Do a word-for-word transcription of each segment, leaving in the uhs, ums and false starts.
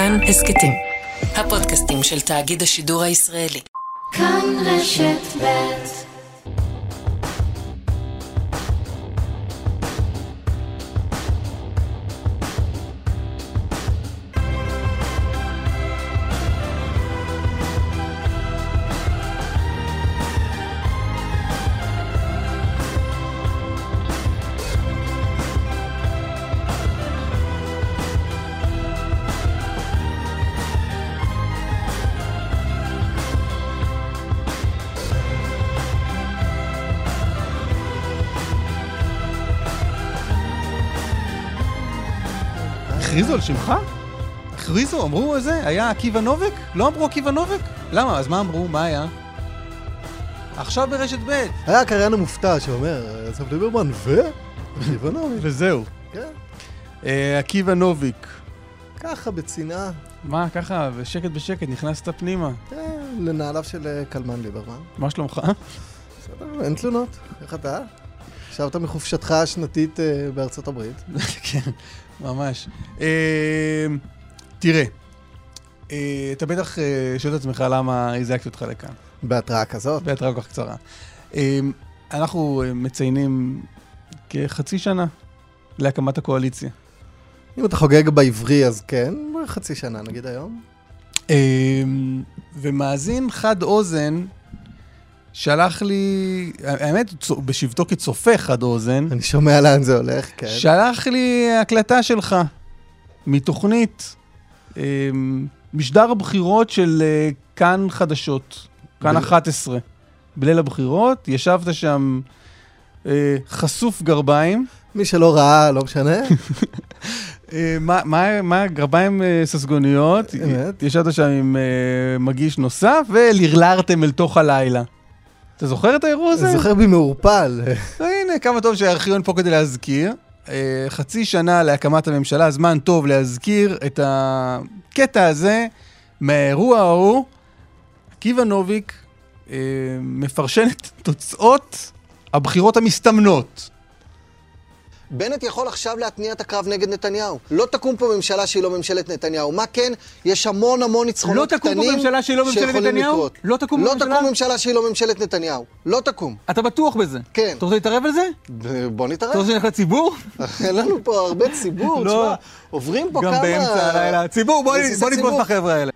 כאן הסקטים, הפודקאסטים של תאגיד השידור הישראלי. כאן רשת ב'. הכריזו על שמך? הכריזו, אמרו איזה? היה עקיבא נובק? לא אמרו עקיבא נובק? למה? אז מה אמרו? מה היה? עכשיו ברשת ב' היה הקריין המופתע שאומר, אסף ליברמן ו... עקיבא נובק. וזהו. כן. עקיבא נובק. ככה בצנעה. מה, ככה, בשקט בשקט, נכנסת פנימה. כן, לנעליו של קלמן ליברמן. מה שלומך? בסדר, אין תלונות. איך אתה? ישבת מחופשתך השנתית בארצות הברית. כן. ממש. תראה, אתה בטח שואל את עצמך למה הזעקתי אותך לכאן. בהתראה כזאת. בהתראה כל כך קצרה. אנחנו מציינים כחצי שנה להקמת הקואליציה. אם אתה חוגג בעברי אז כן, חצי שנה נגיד היום. ומאזין חד אוזן שלח לי, האמת, בשבתו כצופה חד אוזן. אני שומע לאן זה הולך, כן. שלח לי הקלטה שלך, מתוכנית, משדר הבחירות של כאן חדשות, כאן אחת עשרה. בליל הבחירות, ישבת שם חשוף גרביים. מי שלא ראה, לא משנה. מה, מה, מה, גרביים ססגוניות, ישבת שם עם מגיש נוסף, ולרלרתם אל תוך הלילה. אתה זוכר את האירוע הזה? אני זוכר בי מעורפל. הנה, כמה טוב שהארכיון פה כדי להזכיר. חצי שנה להקמת הממשלה, זמן טוב להזכיר את הקטע הזה מהאירוע ההוא. עקיבא נובק מפרשן את תוצאות הבחירות המסתמנות. בנט יכול עכשיו להתניע את הקרב נגד נתניהו. לא תקום פה ממשלה שהיא לא ממשלת נתניהו. מה כן? יש המון המון ניצחונות קטנים לא תקום פה ממשלה שהיא לא ממשלת נתניהו? לא תקום לא תקום ממשלה שהיא לא ממשלת נתניהו. לא תקום. אתה בטוח בזה? כן. אתה רוצה להתערב על זה? בוא נתערב. אתה רוצה ללכת לציבור? אין לנו פה הרבה ציבור. תשמע, עוברים פה כמה... גם באמצע הלילה. ציבור, בוא נתפוס את החבר'ה האלה.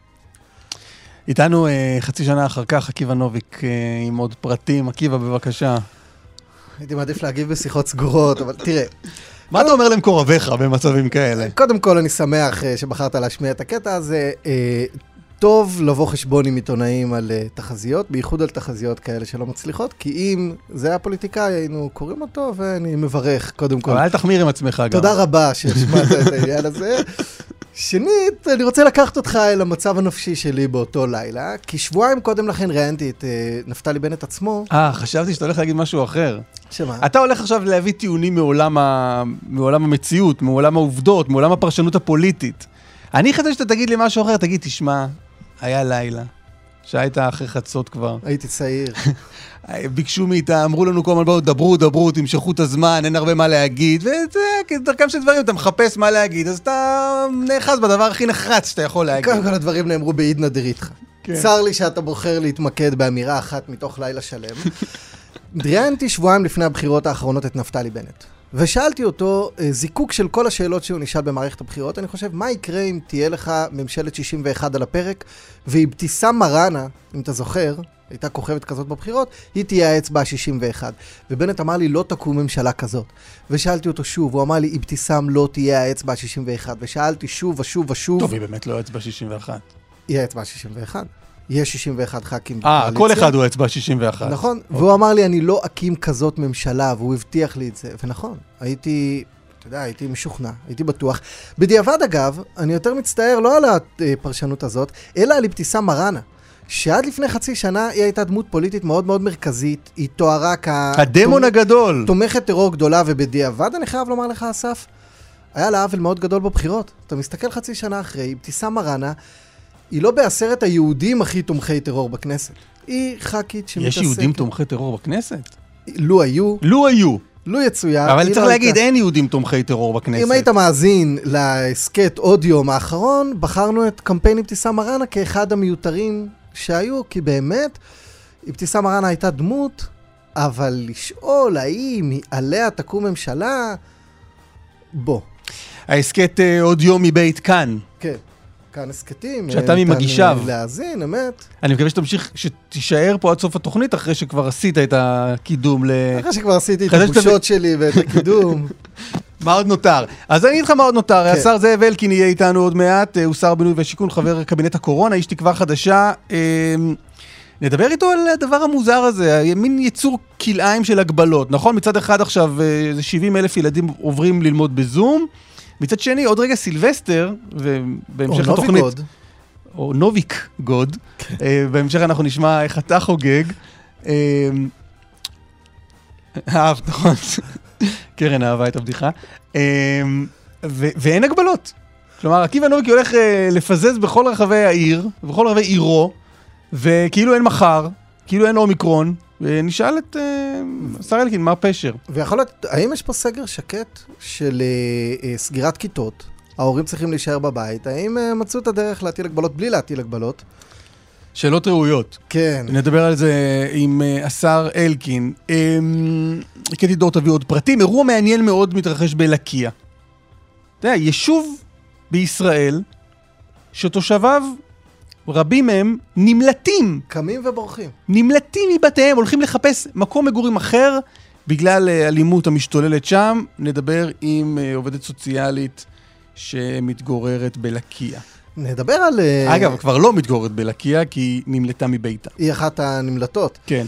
איתנו חצי שנה אחר כך, עקיבא נובק עם עוד פרטים. עקיבא, בבקשה. הייתי מעדיף להגיב בשיחות סגורות, אבל תראה. מה אתה אומר למקורביך במצבים כאלה? קודם כל, אני שמח שבחרת להשמיע את הקטע הזה. טוב לבוא חשבון עם עיתונאים על תחזיות, בייחוד על תחזיות כאלה שלא מצליחות, כי אם זה היה פוליטיקאי, היינו קוראים אותו, ואני מברך, קודם כל. אבל אל תחמיר עם עצמך גם. תודה רבה שהשמעת את העניין הזה. שנית, אני רוצה לקחת אותך אל המצב הנפשי שלי באותו לילה, כי שבועיים קודם לכן ראיינתי את נפתלי בנט עצמו. אה, חשבתי שאתה הולך להגיד משהו אחר. שמה? אתה הולך עכשיו להביא טיעונים מעולם, ה... מעולם המציאות, מעולם העובדות, מעולם הפרשנות הפוליטית. אני חשבתי שאתה תגיד לי משהו אחר, תגיד, תשמע, היה לילה, שהייתה אחרי חצות כבר. הייתי צעיר. ביקשו מאיתה, אמרו לנו כל הזמן, בואו, דברו, דברו, תמשכו את הזמן, אין הרבה מה להגיד, וזה, כדרכם של דברים, אתה מחפש מה להגיד, אז אתה נאחז בדבר הכי נחרץ שאתה יכול להגיד. כל כל הדברים נאמרו בעידנא דריתחא. צר לי שאתה בוחר להתמקד באמירה אחת מתוך לילה שלם. ראיינתי שבועיים לפני הבחירות האחרונות את נפתלי בנט. ושאלתי אותו, זיקוק של כל השאלות שהוא נשאל במערכת הבחירות, אני חושב, מה יקרה אם תהיה לך ממשלת שישים ואחת על הפרק, ואבתיסאם מראענה, אם אתה זוכר, הייתה כוכבת כזאת בבחירות, היא תהיה האצבע ה-שישים ואחת. ובנט אמר לי, לא תקום ממשלה כזאת. ושאלתי אותו שוב, הוא אמר לי, אבתיסאם לא תהיה האצבע ה-שישים ואחת. ושאלתי שוב ושוב ושוב. טוב, היא באמת לא האצבע ה-שישים ואחת. היא האצבע ה-שישים ואחת. יש שישים ואחת ח"כים בקואליציה. אה, כל אחד הוא האצבע ה-שישים ואחת. נכון, והוא אמר לי, אני לא אקים כזאת ממשלה, והוא הבטיח לי את זה. ונכון, הייתי, אתה יודע, הייתי משוכנע, הייתי בטוח. בדיעבד אגב, אני יותר מצטער לא על הפרשנות הזאת, אלא על אבתיסאם מראענה. שעד לפני חצי שנה היא הייתה דמות פוליטית מאוד מאוד מרכזית, היא תוארה כ... הדמון הגדול. תומכת טרור גדולה, ובדיעבד אני חייב לומר לך, אסף, היה לה עוול מאוד גדול בבחירות. אתה מסתכל חצי שנה אחרי, אבתיסאם מראענה, היא לא בעשרת היהודים הכי תומכי טרור בכנסת. היא ח"כית שמתעסקת... יש יהודים תומכי טרור בכנסת? לו היו. לו היו. לו יצויר... אבל אני צריך להגיד, אין יהודים תומכי טרור בכנסת. אם היית מאזין לעסקת עוד יום האחרון, בחרנו את קמפיין אבתיסאם מראענה כאחד המיותרים שהיו, כי באמת, אבתיסאם מראענה הייתה דמות, אבל לשאול האם עליה תקום ממשלה, בוא. העסקת עוד יום מבית כאן. כן. כאן הסקטים. שאתה ממגישיו. להאזין, אמת. אני מקווה שתמשיך, שתישאר פה עד סוף התוכנית, אחרי שכבר עשית את הקידום ל... אחרי שכבר עשיתי את הבושות שלי ואת הקידום. מה עוד נותר? אז אני אגיד לך מה עוד נותר. השר זאב אלקין יהיה איתנו עוד מעט, הוא שר הבינוי והשיכון, חבר קבינט הקורונה, איש תקווה חדשה. נדבר איתו על הדבר המוזר הזה, מין יצור כלאיים של הגבלות. נכון? מצד אחד עכשיו, זה שבעים אלף ילדים עוברים ללמוד בזום, מצד שני, עוד רגע סילבסטר, ובהמשך התוכנית... או נוביק גוד. או נוביק גוד. בהמשך אנחנו נשמע איך אתה חוגג. אהב, נכון. קרן אהבה את הבדיחה. ואין הגבלות. כלומר, עקיבא נוביקי הולך לפזז בכל רחבי העיר, בכל רחבי עירו, וכאילו אין מחר, כאילו אין אומיקרון, ונשאל את השר אלקין, מה הפשר? ויכול להיות, האם יש פה סגר שקט של סגירת כיתות? ההורים צריכים להישאר בבית. האם מצאו את הדרך להטיל הגבלות בלי להטיל הגבלות? שאלות ראויות. כן. נדבר על זה עם השר אלקין. קטי דור תביא עוד פרטים. אירוע מעניין מאוד מתרחש בלקיה. אתה יודע, יישוב בישראל שתושביו רבים מהם נמלטים. קמים ובורחים. נמלטים מבתיהם, הולכים לחפש מקום מגורים אחר בגלל אלימות המשתוללת שם. נדבר עם עובדת סוציאלית שמתגוררת בלקיה. נדבר על... אגב, כבר לא מתגוררת בלקיה, כי היא נמלטה מביתה. היא אחת הנמלטות. כן.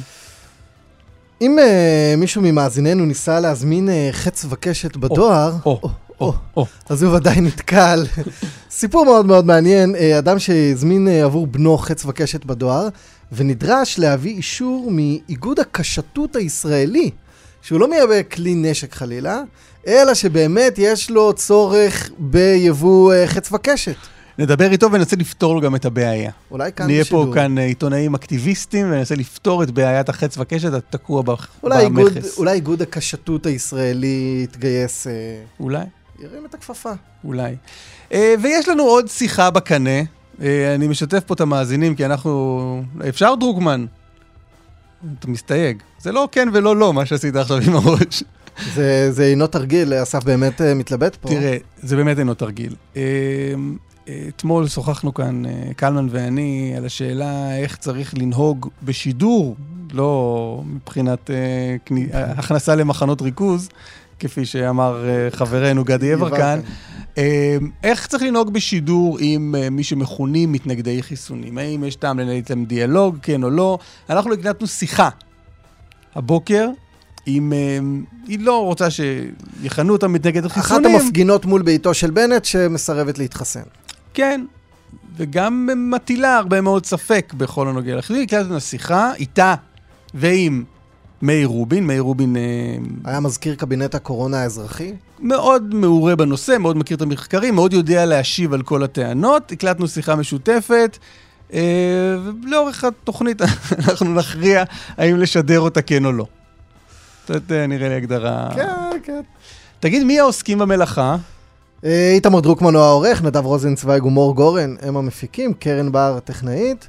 אם uh, מישהו ממאזיננו ניסה להזמין uh, חץ וקשת בדואר, או, או, או, או. אז הוא ודאי נתקל. סיפור מאוד מאוד מעניין, uh, אדם שהזמין uh, עבור בנו חץ וקשת בדואר, ונדרש להביא אישור מאיגוד הקשתות הישראלי, שהוא לא מייבא כלי נשק חלילה, אלא שבאמת יש לו צורך ביבוא uh, חץ וקשת. נדבר איתו וננסה לפתור לו גם את הבעיה. אולי כאן נהיה בשידור. פה כאן עיתונאים אקטיביסטים, וננסה לפתור את בעיית החץ וקשת, התקוע במכס. אולי איגוד, אולי איגוד הקשתות הישראלי יתגייס... אולי. ירים את הכפפה. אולי. ויש לנו עוד שיחה בקנה. אני משתף פה את המאזינים, כי אנחנו... אפשר דרוקמן? אתה מסתייג. זה לא כן ולא לא, מה שעשית עכשיו עם הראש. זה, זה אינו תרגיל, אסף באמת מתלבט פה. תראה, זה באמת אינו תרגיל. אתמול שוחחנו כאן, קלמן ואני, על השאלה איך צריך לנהוג בשידור, לא מבחינת הכנסה למחנות ריכוז, כפי שאמר חברנו גדי יברקן, איך צריך לנהוג בשידור עם מי שמכונים מתנגדי חיסונים? האם יש טעם לנהל איתם דיאלוג, כן או לא? אנחנו הקלטנו שיחה הבוקר, אם היא לא רוצה שיכנו אותם מתנגד חיסונים. אחת המפגינות מול ביתו של בנט שמסרבת להתחסן. כן, וגם מטילה הרבה מאוד ספק בכל הנוגע לחיסונים. הקלטנו שיחה איתה ועם מאיר רובין. מאיר רובין... היה מזכיר קבינט הקורונה האזרחי? מאוד מעורה בנושא, מאוד מכיר את המחקרים, מאוד יודע להשיב על כל הטענות. הקלטנו שיחה משותפת, ולאורך התוכנית אנחנו נכריע האם לשדר אותה כן או לא. זאת נראה לי הגדרה... כן, כן. תגיד, מי העוסקים במלאכה? איתמר דרוקמן הוא העורך, נדב רוזנצוויג ומור גורן הם המפיקים, קרן בר הטכנאית,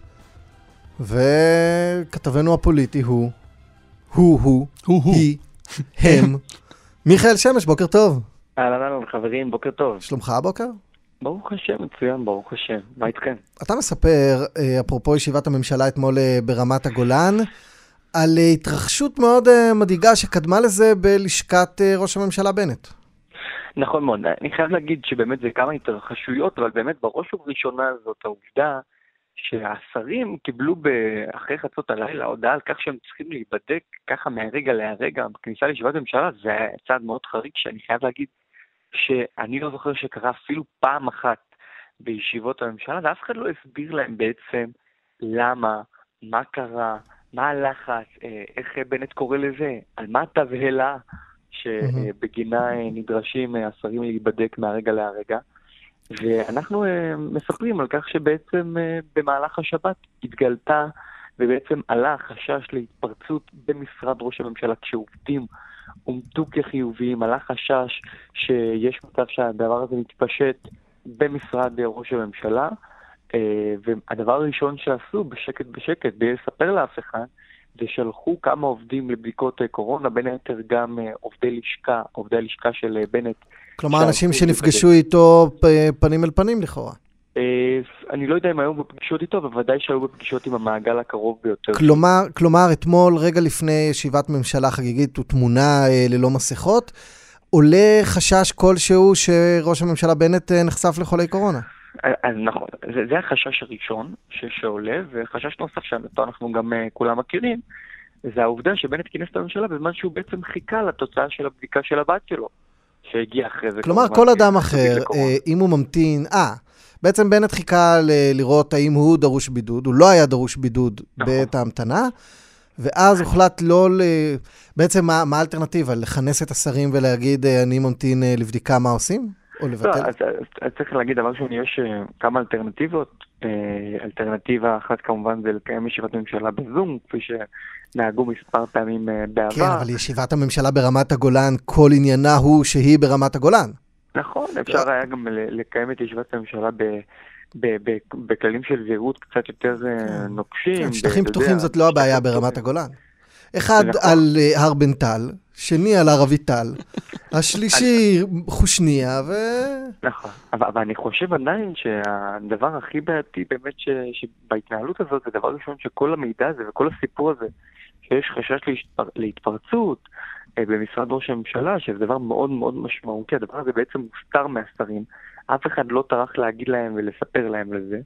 וכתבנו הפוליטי הוא, הוא, הוא, הוא, היא, הם. מיכאל שמש, בוקר טוב. אהלן אהלן חברים, בוקר טוב. שלומך הבוקר? ברוך השם, מצוין, ברוך השם. מה איתכם? אתה מספר, אפרופו ישיבת הממשלה אתמול ברמת הגולן, על התרחשות מאוד מדאיגה שקדמה לזה בלשכת ראש הממשלה בנט. נכון מאוד, אני חייב להגיד שבאמת זה כמה התרחשויות, אבל באמת בראש ובראשונה זאת העובדה שהשרים קיבלו אחרי חצות הלילה הודעה על כך שהם צריכים להיבדק ככה מהרגע להרגע בכניסה לישיבת הממשלה. זה צעד מאוד חריג שאני חייב להגיד שאני לא זוכר שקרה אפילו פעם אחת בישיבות הממשלה, ואף אחד לא הסביר להם בעצם למה, מה קרה, מה הלחץ, איך בנט קורא לזה, על מה התבהלה שבגינה נדרשים השרים להיבדק מהרגע להרגע. ואנחנו מספרים על כך שבעצם במהלך השבת התגלתה ובעצם עלה חשש להתפרצות במשרד ראש הממשלה כשעובדים אומתו כחיוביים, עלה חשש שיש מצב שהדבר הזה מתפשט במשרד ראש הממשלה, והדבר הראשון שעשו בשקט בשקט, בלי לספר לאף אחד, זה שלחו כמה עובדים לבדיקות קורונה, בין היתר גם עובדי לשכה, עובדי לשכה של בנט. כלומר, אנשים שנפגשו איתו פנים אל פנים לכאורה. אני לא יודע אם היו בפגישות איתו, בוודאי שהיו בפגישות עם המעגל הקרוב ביותר. כלומר, כלומר, אתמול, רגע לפני ישיבת ממשלה חגיגית ותמונה ללא מסכות, עולה חשש כלשהו שראש הממשלה בנט נחשף לחולי קורונה. אז נכון, זה, זה החשש הראשון שעולה, וחשש נוסף שאותו אנחנו גם כולם מכירים, זה העובדה שבנט כינס את הממשלה בזמן שהוא בעצם חיכה לתוצאה של הבדיקה של הבת שלו, שהגיע אחרי זה. כלומר, כל אדם אחר, אם הוא ממתין, אה, בעצם בנט חיכה ל- לראות האם הוא דרוש בידוד, הוא לא היה דרוש בידוד נכון. בעת ההמתנה, ואז הוחלט לא, ל... בעצם מה, מה האלטרנטיבה? לכנס את השרים ולהגיד, אני ממתין לבדיקה מה עושים? או לבטל? לא, אז, אז צריך להגיד, דבר שני, יש כמה אלטרנטיבות. אלטרנטיבה אחת כמובן זה לקיים ישיבת ממשלה בזום, כפי שנהגו מספר פעמים בעבר. כן, אבל ישיבת הממשלה ברמת הגולן, כל עניינה הוא שהיא ברמת הגולן. נכון, אפשר היה גם לקיים את ישיבת הממשלה ב... בכללים של זהירות קצת יותר נוקשים. שטחים פתוחים זאת לא הבעיה ברמת הגולן. אחד על הר בנטל, שני על הר אביטל, השלישי חושניה ו... נכון, אבל אני חושב עדיין שהדבר הכי בעייתי באמת שבהתנהלות הזאת, זה דבר ראשון שכל המידע הזה וכל הסיפור הזה, שיש חשש להתפרצות במשרד ראש הממשלה, שזה דבר מאוד מאוד משמעותי, הדבר הזה בעצם מוסתר מהשרים, אף אחד לא טרח להגיד להם ולספר להם לזה,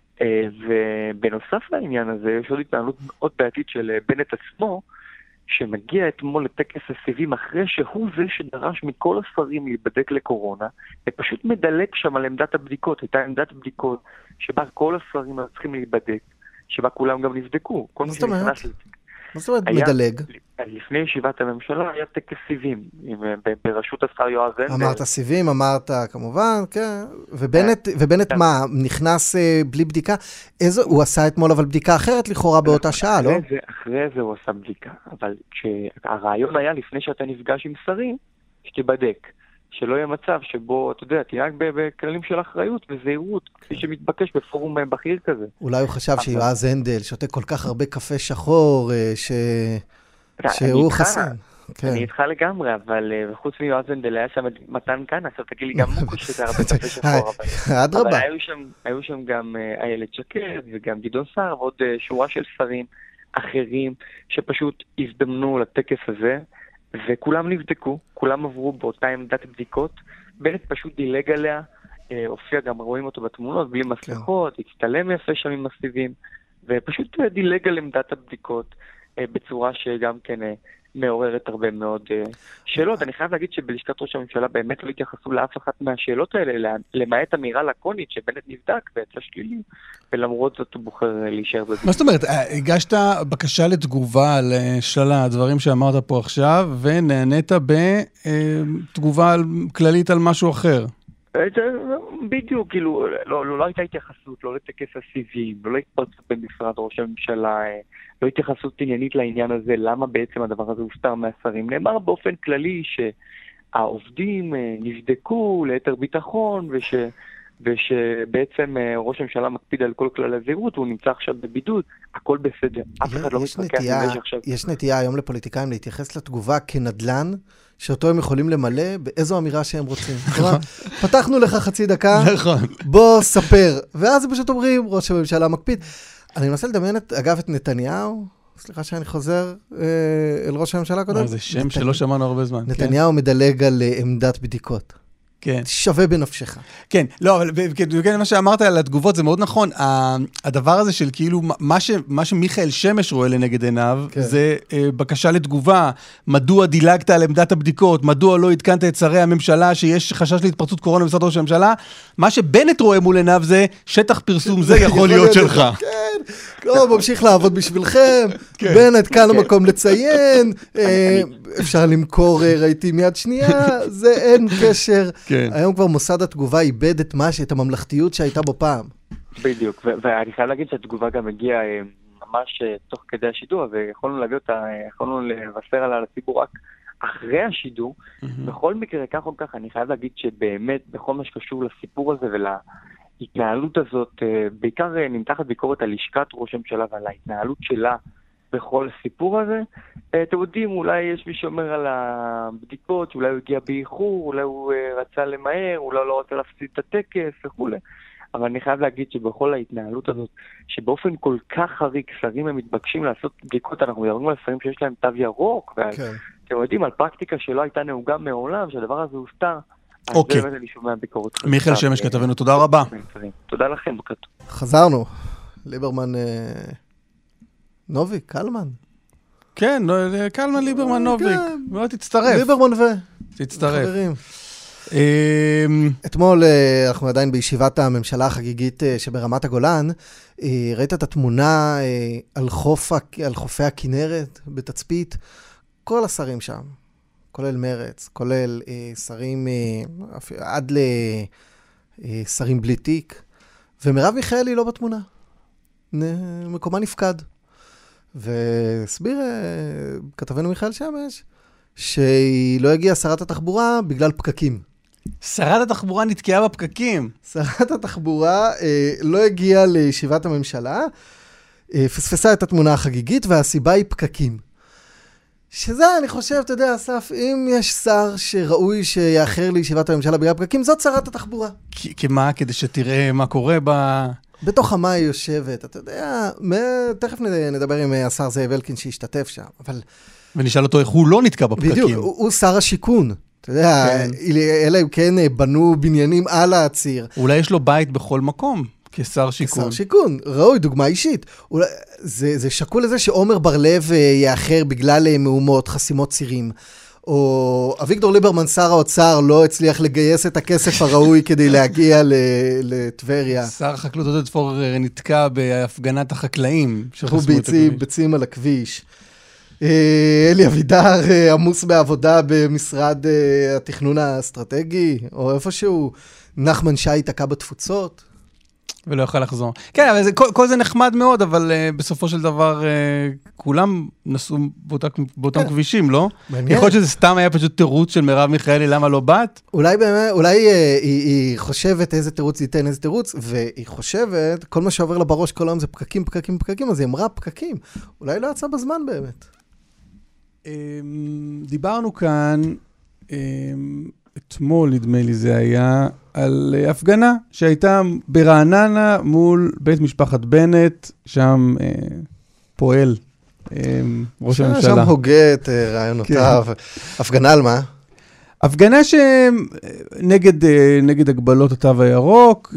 ובנוסף לעניין הזה יש עוד התנהלות מאוד בעייתית של בנט עצמו, שמגיע אתמול לטקס הסיבים אחרי שהוא זה שדרש מכל השרים להיבדק לקורונה, ופשוט מדלק שם על עמדת הבדיקות, הייתה עמדת בדיקות שבה כל השרים צריכים להיבדק, שבה כולם גם נבדקו. מה זאת אומרת? מה זאת אומרת מדלג? לפני ישיבת הממשלה היה טקס סיבים, בראשות השר יועז הנדל. אמרת סיבים, אמרת כמובן, כן. ובנט מה, נכנס בלי בדיקה? איזו, הוא עשה אתמול אבל בדיקה אחרת לכאורה באותה שעה, לא? אחרי זה הוא עשה בדיקה, אבל הרעיון היה לפני שאתה נפגש עם שרים, שתיבדק. שלא יהיה מצב שבו, אתה יודע, תיאג בכללים של אחריות וזהירות, כפי שמתבקש בפורום בכיר כזה. אולי הוא חשב שיועז הנדל שותה כל כך הרבה קפה שחור, שהוא חסן. אני איתך לגמרי, אבל חוץ מיועז הנדל היה שם מתן כאן, עכשיו תגיד לי גם מוקו שזה הרבה קפה שחור. אבל היו שם גם איילת שקד וגם גדעון סער ועוד שורה של שרים אחרים שפשוט הזדמנו לטקס הזה, וכולם נבדקו, כולם עברו באותה עמדת בדיקות, בנט פשוט דילג עליה, הופיע גם, רואים אותו בתמונות, בלי מסכות, הצטלם יפה שם עם הסיבים, ופשוט דילג על עמדת הבדיקות, בצורה שגם כן מעוררת הרבה מאוד שאלות. אני חייב להגיד שבלשכת ראש הממשלה באמת לא התייחסו לאף אחת מהשאלות האלה, למעט אמירה לקונית שבנט נבדק ויצא שלילי, ולמרות זאת הוא בוחר להישאר בזה. מה זאת אומרת? הגשת בקשה לתגובה על שלל הדברים שאמרת פה עכשיו, ונענית בתגובה כללית על משהו אחר. בדיוק, כאילו, לא, לא, לא הייתה התייחסות, לא לטקס הסיבים, לא להתפרצות במשרד ראש הממשלה, לא התייחסות עניינית לעניין הזה, למה בעצם הדבר הזה הוסתר מהשרים. נאמר באופן כללי שהעובדים נבדקו ליתר ביטחון, וש, ושבעצם ראש הממשלה מקפיד על כל כלל הזהירות, והוא נמצא עכשיו בבידוד, הכל בסדר. אף אחד לא מתפקח עם זה שעכשיו... יש נטייה היום לפוליטיקאים להתייחס לתגובה כנדלן, שאותו הם יכולים למלא באיזו אמירה שהם רוצים. פתחנו לך חצי דקה, בוא ספר. ואז הם פשוט אומרים, ראש הממשלה מקפיד. אני מנסה לדמיין, אגב, את נתניהו, סליחה שאני חוזר אל ראש הממשלה קודם. זה שם שלא שמענו הרבה זמן. נתניהו מדלג על עמדת בדיקות. כן. שווה בנפשך. כן, לא, אבל כן, מה שאמרת על התגובות זה מאוד נכון. הדבר הזה של כאילו, מה, ש, מה שמיכאל שמש רואה לנגד עיניו, כן. זה בקשה לתגובה, מדוע דילגת על עמדת הבדיקות, מדוע לא התקנת את שרי הממשלה, שיש חשש להתפרצות קורונה במשרד ראש הממשלה, מה שבנט רואה מול עיניו זה, שטח פרסום זה יכול להיות שלך. כן, לא, ממשיך לעבוד בשבילכם, בנט כאן המקום לציין, אפשר למכור רהיטים מיד שנייה, זה אין קשר. היום כבר מוסד התגובה איבד את מה שאת הממלכתיות שהייתה בו פעם. בדיוק, ואני חייב להגיד שהתגובה גם הגיעה ממש תוך כדי השידור, ויכולנו להביא אותה, יכולנו לבשר עליה לציבור רק אחרי השידור. בכל מקרה, כך או כך, אני חייב להגיד שבאמת, בכל מה שקשור לסיפור הזה ולהתנהלות הזאת, בעיקר נמתחת ביקורת על לשכת ראש הממשלה ועל ההתנהלות שלה בכל הסיפור הזה. אתם יודעים, אולי יש מי שאומר על הבדיקות, אולי הוא הגיע באיחור, אולי הוא רצה למהר, אולי הוא לא רוצה להפסיד את הטקס וכו'. אבל אני חייב להגיד שבכל ההתנהלות הזאת, שבאופן כל כך חריג, שרים הם מתבקשים לעשות בדיקות, אנחנו מדברים על שרים שיש להם תו ירוק, ואתם יודעים, על פרקטיקה שלא הייתה נהוגה מעולם, שהדבר הזה הוסתר, אז זה באמת אני שומע ביקורת. מיכאל שמש כתבנו, תודה רבה. תודה לכם, בוקר טוב. חזרנו. ליברמן נוביק, קלמן. כן, קלמן, ליברמן, נוביק. מאוד תצטרף. ליברמן ו... תצטרף. חברים. אתמול אנחנו עדיין בישיבת הממשלה החגיגית שברמת הגולן, ראית את התמונה על חופי הכנרת בתצפית, כל השרים שם, כולל מרץ, כולל שרים עד לשרים בלי תיק, ומרב מיכאלי לא בתמונה, מקומה נפקד. והסביר כתבנו מיכאל שמש שהיא לא הגיעה שרת התחבורה בגלל פקקים. שרת התחבורה נתקעה בפקקים. שרת התחבורה אה, לא הגיעה לישיבת הממשלה, אה, פספסה את התמונה החגיגית, והסיבה היא פקקים. שזה, אני חושב, אתה יודע, אסף, אם יש שר שראוי שיאחר לישיבת הממשלה בגלל פקקים, זאת שרת התחבורה. כמה? כדי שתראה מה קורה ב... בתוך המה היא יושבת, אתה יודע, תכף נדבר עם השר זאב אלקין שהשתתף שם, אבל... ונשאל אותו איך הוא לא נתקע בפקקים. בדיוק, הוא, הוא שר השיכון. אתה יודע, כן. אלה הם כן בנו בניינים על הציר. אולי יש לו בית בכל מקום, כשר שיכון. כשר שיכון, ראוי, דוגמה אישית. אולי, זה, זה שקול לזה שעומר בר-לב יאחר בגלל מהומות, חסימות צירים. או אביגדור ליברמן, שר האוצר, לא הצליח לגייס את הכסף הראוי כדי להגיע לטבריה. שר החקלאות עודד פורר נתקע בהפגנת החקלאים. שהוא ביצים, ביצים על הכביש. אלי אבידר עמוס בעבודה במשרד התכנון האסטרטגי, או איפשהו נחמן שי תקע בתפוצות. ולא יוכל לחזור. כן, אבל זה, כל, כל זה נחמד מאוד, אבל uh, בסופו של דבר uh, כולם נסעו באותה, באותם כן. כבישים, לא? מעניין. יכול להיות שזה סתם היה פשוט תירוץ של מרב מיכאלי, למה לא באת? אולי באמת, אולי uh, היא, היא חושבת איזה תירוץ ייתן, איזה תירוץ, והיא חושבת, כל מה שעובר לה בראש כל היום זה פקקים, פקקים, פקקים, אז היא אמרה פקקים. אולי לא יצא בזמן באמת. דיברנו כאן, אתמול נדמה לי זה היה, על הפגנה שהייתה ברעננה מול בית משפחת בנט, שם פועל ראש הממשלה. שם הוגה את רעיונותיו. הפגנה על מה? הפגנה שנגד הגבלות התו הירוק,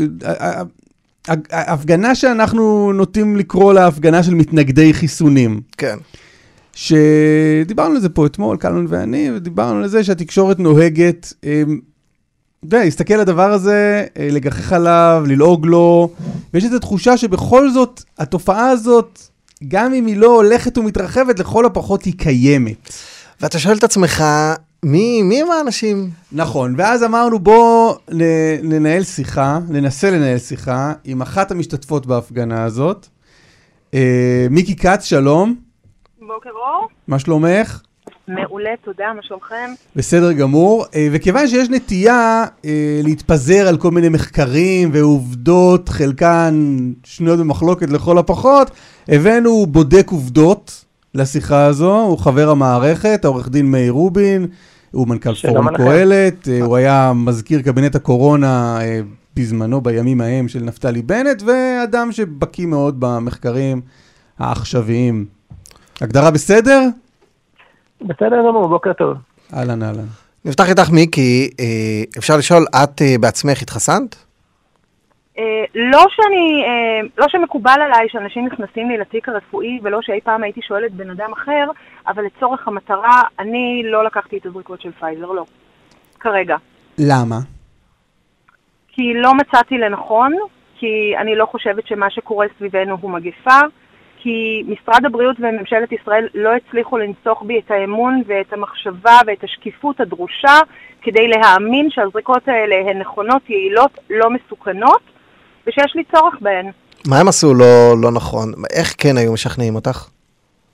הפגנה שאנחנו נוטים לקרוא לה הפגנה של מתנגדי חיסונים. כן. שדיברנו על זה פה אתמול, קלמן ואני, ודיברנו על זה שהתקשורת נוהגת, להסתכל על הדבר הזה, לגחך עליו, ללעוג לו, ויש איזו תחושה שבכל זאת, התופעה הזאת, גם אם היא לא הולכת ומתרחבת, לכל הפחות היא קיימת. ואתה שואל את עצמך, מי, מי הם האנשים? נכון, ואז אמרנו בוא ננהל שיחה, ננסה לנהל שיחה, עם אחת המשתתפות בהפגנה הזאת, מיקי קץ, שלום. בוקר אור. מה שלומך? מעולה, תודה, מה שלומכם? בסדר גמור, וכיוון שיש נטייה להתפזר על כל מיני מחקרים ועובדות, חלקן שנויות במחלוקת לכל הפחות, הבאנו בודק עובדות לשיחה הזו, הוא חבר המערכת, העורך דין מאיר רובין, הוא מנכ"ל פורום קהלת, הוא היה מזכיר קבינט הקורונה בזמנו בימים ההם של נפתלי בנט, ואדם שבקיא מאוד במחקרים העכשוויים. הגדרה בסדר? בסדר גמור, בוקר טוב. אהלן, אהלן. נפתח איתך מיקי, אפשר לשאול, את בעצמך התחסנת? לא שאני, לא שמקובל עליי שאנשים נכנסים לי לתיק הרפואי, ולא שאי פעם הייתי שואלת בן אדם אחר, אבל לצורך המטרה, אני לא לקחתי את הזריקות של פייזר, לא. כרגע. למה? כי לא מצאתי לנכון, כי אני לא חושבת שמה שקורה סביבנו הוא מגפה, כי משרד הבריאות וממשלת ישראל לא הצליחו לנסוך בי את האמון ואת המחשבה ואת השקיפות הדרושה כדי להאמין שהזריקות האלה הן נכונות, יעילות, לא מסוכנות, ושיש לי צורך בהן. מה הם עשו לא, לא נכון? איך כן היו משכנעים אותך?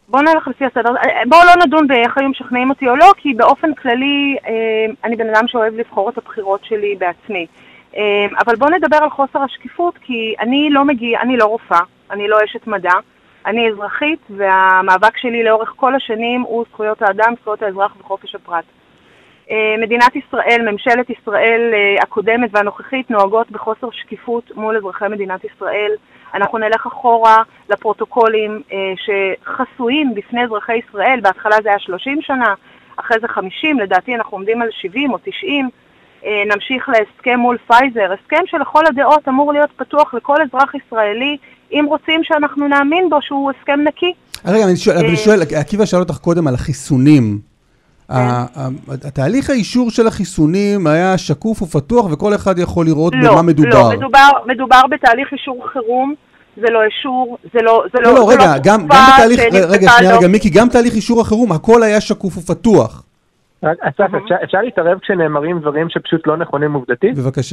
בואו נלך לפי הסדר. בואו לא נדון באיך היו משכנעים אותי או לא, כי באופן כללי אני בן אדם שאוהב לבחור את הבחירות שלי בעצמי. אבל בואו נדבר על חוסר השקיפות, כי אני לא מגיע, אני לא רופאה, אני לא אשת מדע, אני אזרחית, והמאבק שלי לאורך כל השנים הוא זכויות האדם, זכויות האזרח וחופש הפרט. מדינת ישראל, ממשלת ישראל הקודמת והנוכחית נוהגות בחוסר שקיפות מול אזרחי מדינת ישראל. אנחנו נלך אחורה לפרוטוקולים שחסויים בפני אזרחי ישראל, בהתחלה זה היה שלושים שנה, אחרי זה חמישים, לדעתי אנחנו עומדים על שבעים או תשעים, נמשיך להסכם מול פייזר, הסכם שלכל הדעות אמור להיות פתוח לכל אזרח ישראלי, אם רוצים שאנחנו נאמין בו שהוא הסכם נקי. רגע, אני שואל, עקיבא שאל אותך קודם על החיסונים. התהליך האישור של החיסונים היה שקוף ופתוח וכל אחד יכול לראות במה מדובר. לא, מדובר בתהליך אישור חירום, זה לא אישור, זה לא... לא, לא, רגע, גם בתהליך, רגע, שנייה, רגע, מיקי, גם תהליך אישור החירום, הכל היה שקוף ופתוח. אסף, אפשר להתערב כשנאמרים דברים שפשוט לא נכונים עובדתית? בבקשה.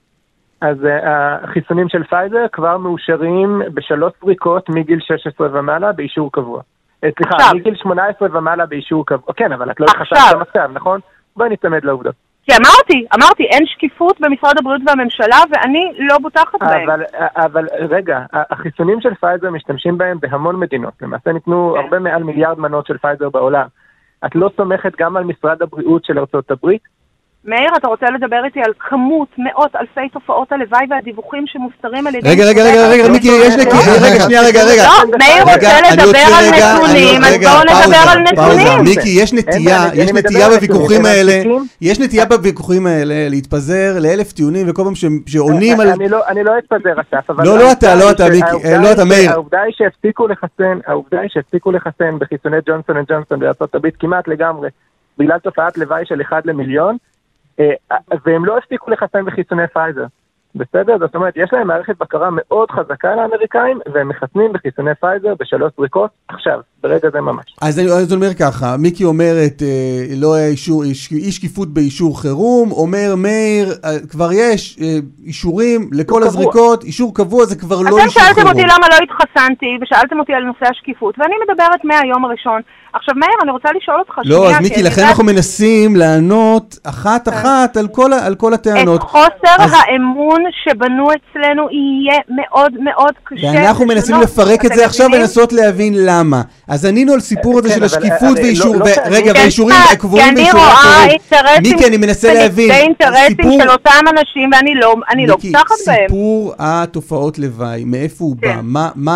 אז החיסונים של פייזר כבר מאושרים בשלוש זריקות מגיל שש עשרה ומעלה באישור קבוע. סליחה, מגיל שמונה עשרה ומעלה באישור קבוע. כן, אבל את לא התחשבת במצב, נכון? בואי נצמד לעובדות. כי אמרתי, אמרתי, אין שקיפות במשרד הבריאות והממשלה, ואני לא בוטחת בהם. אבל, אבל רגע, החיסונים של פייזר משתמשים בהם בהמון מדינות. למעשה ניתנו הרבה מעל מיליארד מנות של פייזר בעולם. את לא סומכת גם על משרד הבריאות של ארצות הברית? מאיר, אתה רוצה לדבר איתי על כמות, מאות, אלפי תופעות הלוואי והדיווחים שמוסתרים על ידי... רגע, רגע, רגע, רגע, מיקי, יש לי... רגע, שנייה, רגע, רגע. לא, מאיר רוצה לדבר על נתונים, אז בואו נדבר על נתונים. מיקי, יש נטייה, יש נטייה בוויכוחים האלה, יש נטייה בוויכוחים האלה להתפזר לאלף טיעונים, וכל פעם שעונים על... אני לא אתפזר, אסף, אבל... לא, לא אתה, לא אתה, מיקי, לא אתה, מאיר. העובדה היא שהפסיקו לחסן, העובדה היא שהפסיקו לחסן בחיסוני ג'ונסון אנד ג'ונסון בארצות הברית כמעט לגמרי, בגלל תופעת לוואי של אחד למיליון, והם לא הפסיקו לחסן בחיסוני פייזר. בסדר? זאת אומרת, יש להם מערכת בקרה מאוד חזקה לאמריקאים, והם מחסנים בחיסוני פייזר בשלוש זריקות עכשיו, ברגע זה ממש. אז אני אומר ככה, מיקי אומרת, לא היה אישור, אי שקיפות באישור חירום, אומר מאיר, כבר יש אישורים לכל הזריקות, אישור קבוע זה כבר לא אישור חירום. אתם שאלתם אותי למה לא התחסנתי, ושאלתם אותי על נושא השקיפות, ואני מדברת מהיום הראשון. עכשיו מאיר, אני רוצה לשאול אותך שנייה. לא, אז מיקי, לכן אנחנו מנסים לענות אחת אחת על כל הטענות. את חוסר האמון שבנו אצלנו יהיה מאוד מאוד קשה. ואנחנו מנסים לפרק את זה עכשיו ולנסות להבין למה. אז ענינו על סיפור הזה של השקיפות ואישור, רגע, ואישורים קבועים ואישורים אחרים. מיקי, אני מנסה להבין. זה אינטרסים של אותם אנשים ואני לא פתחת בהם. סיפור התופעות לוואי, מאיפה הוא בא?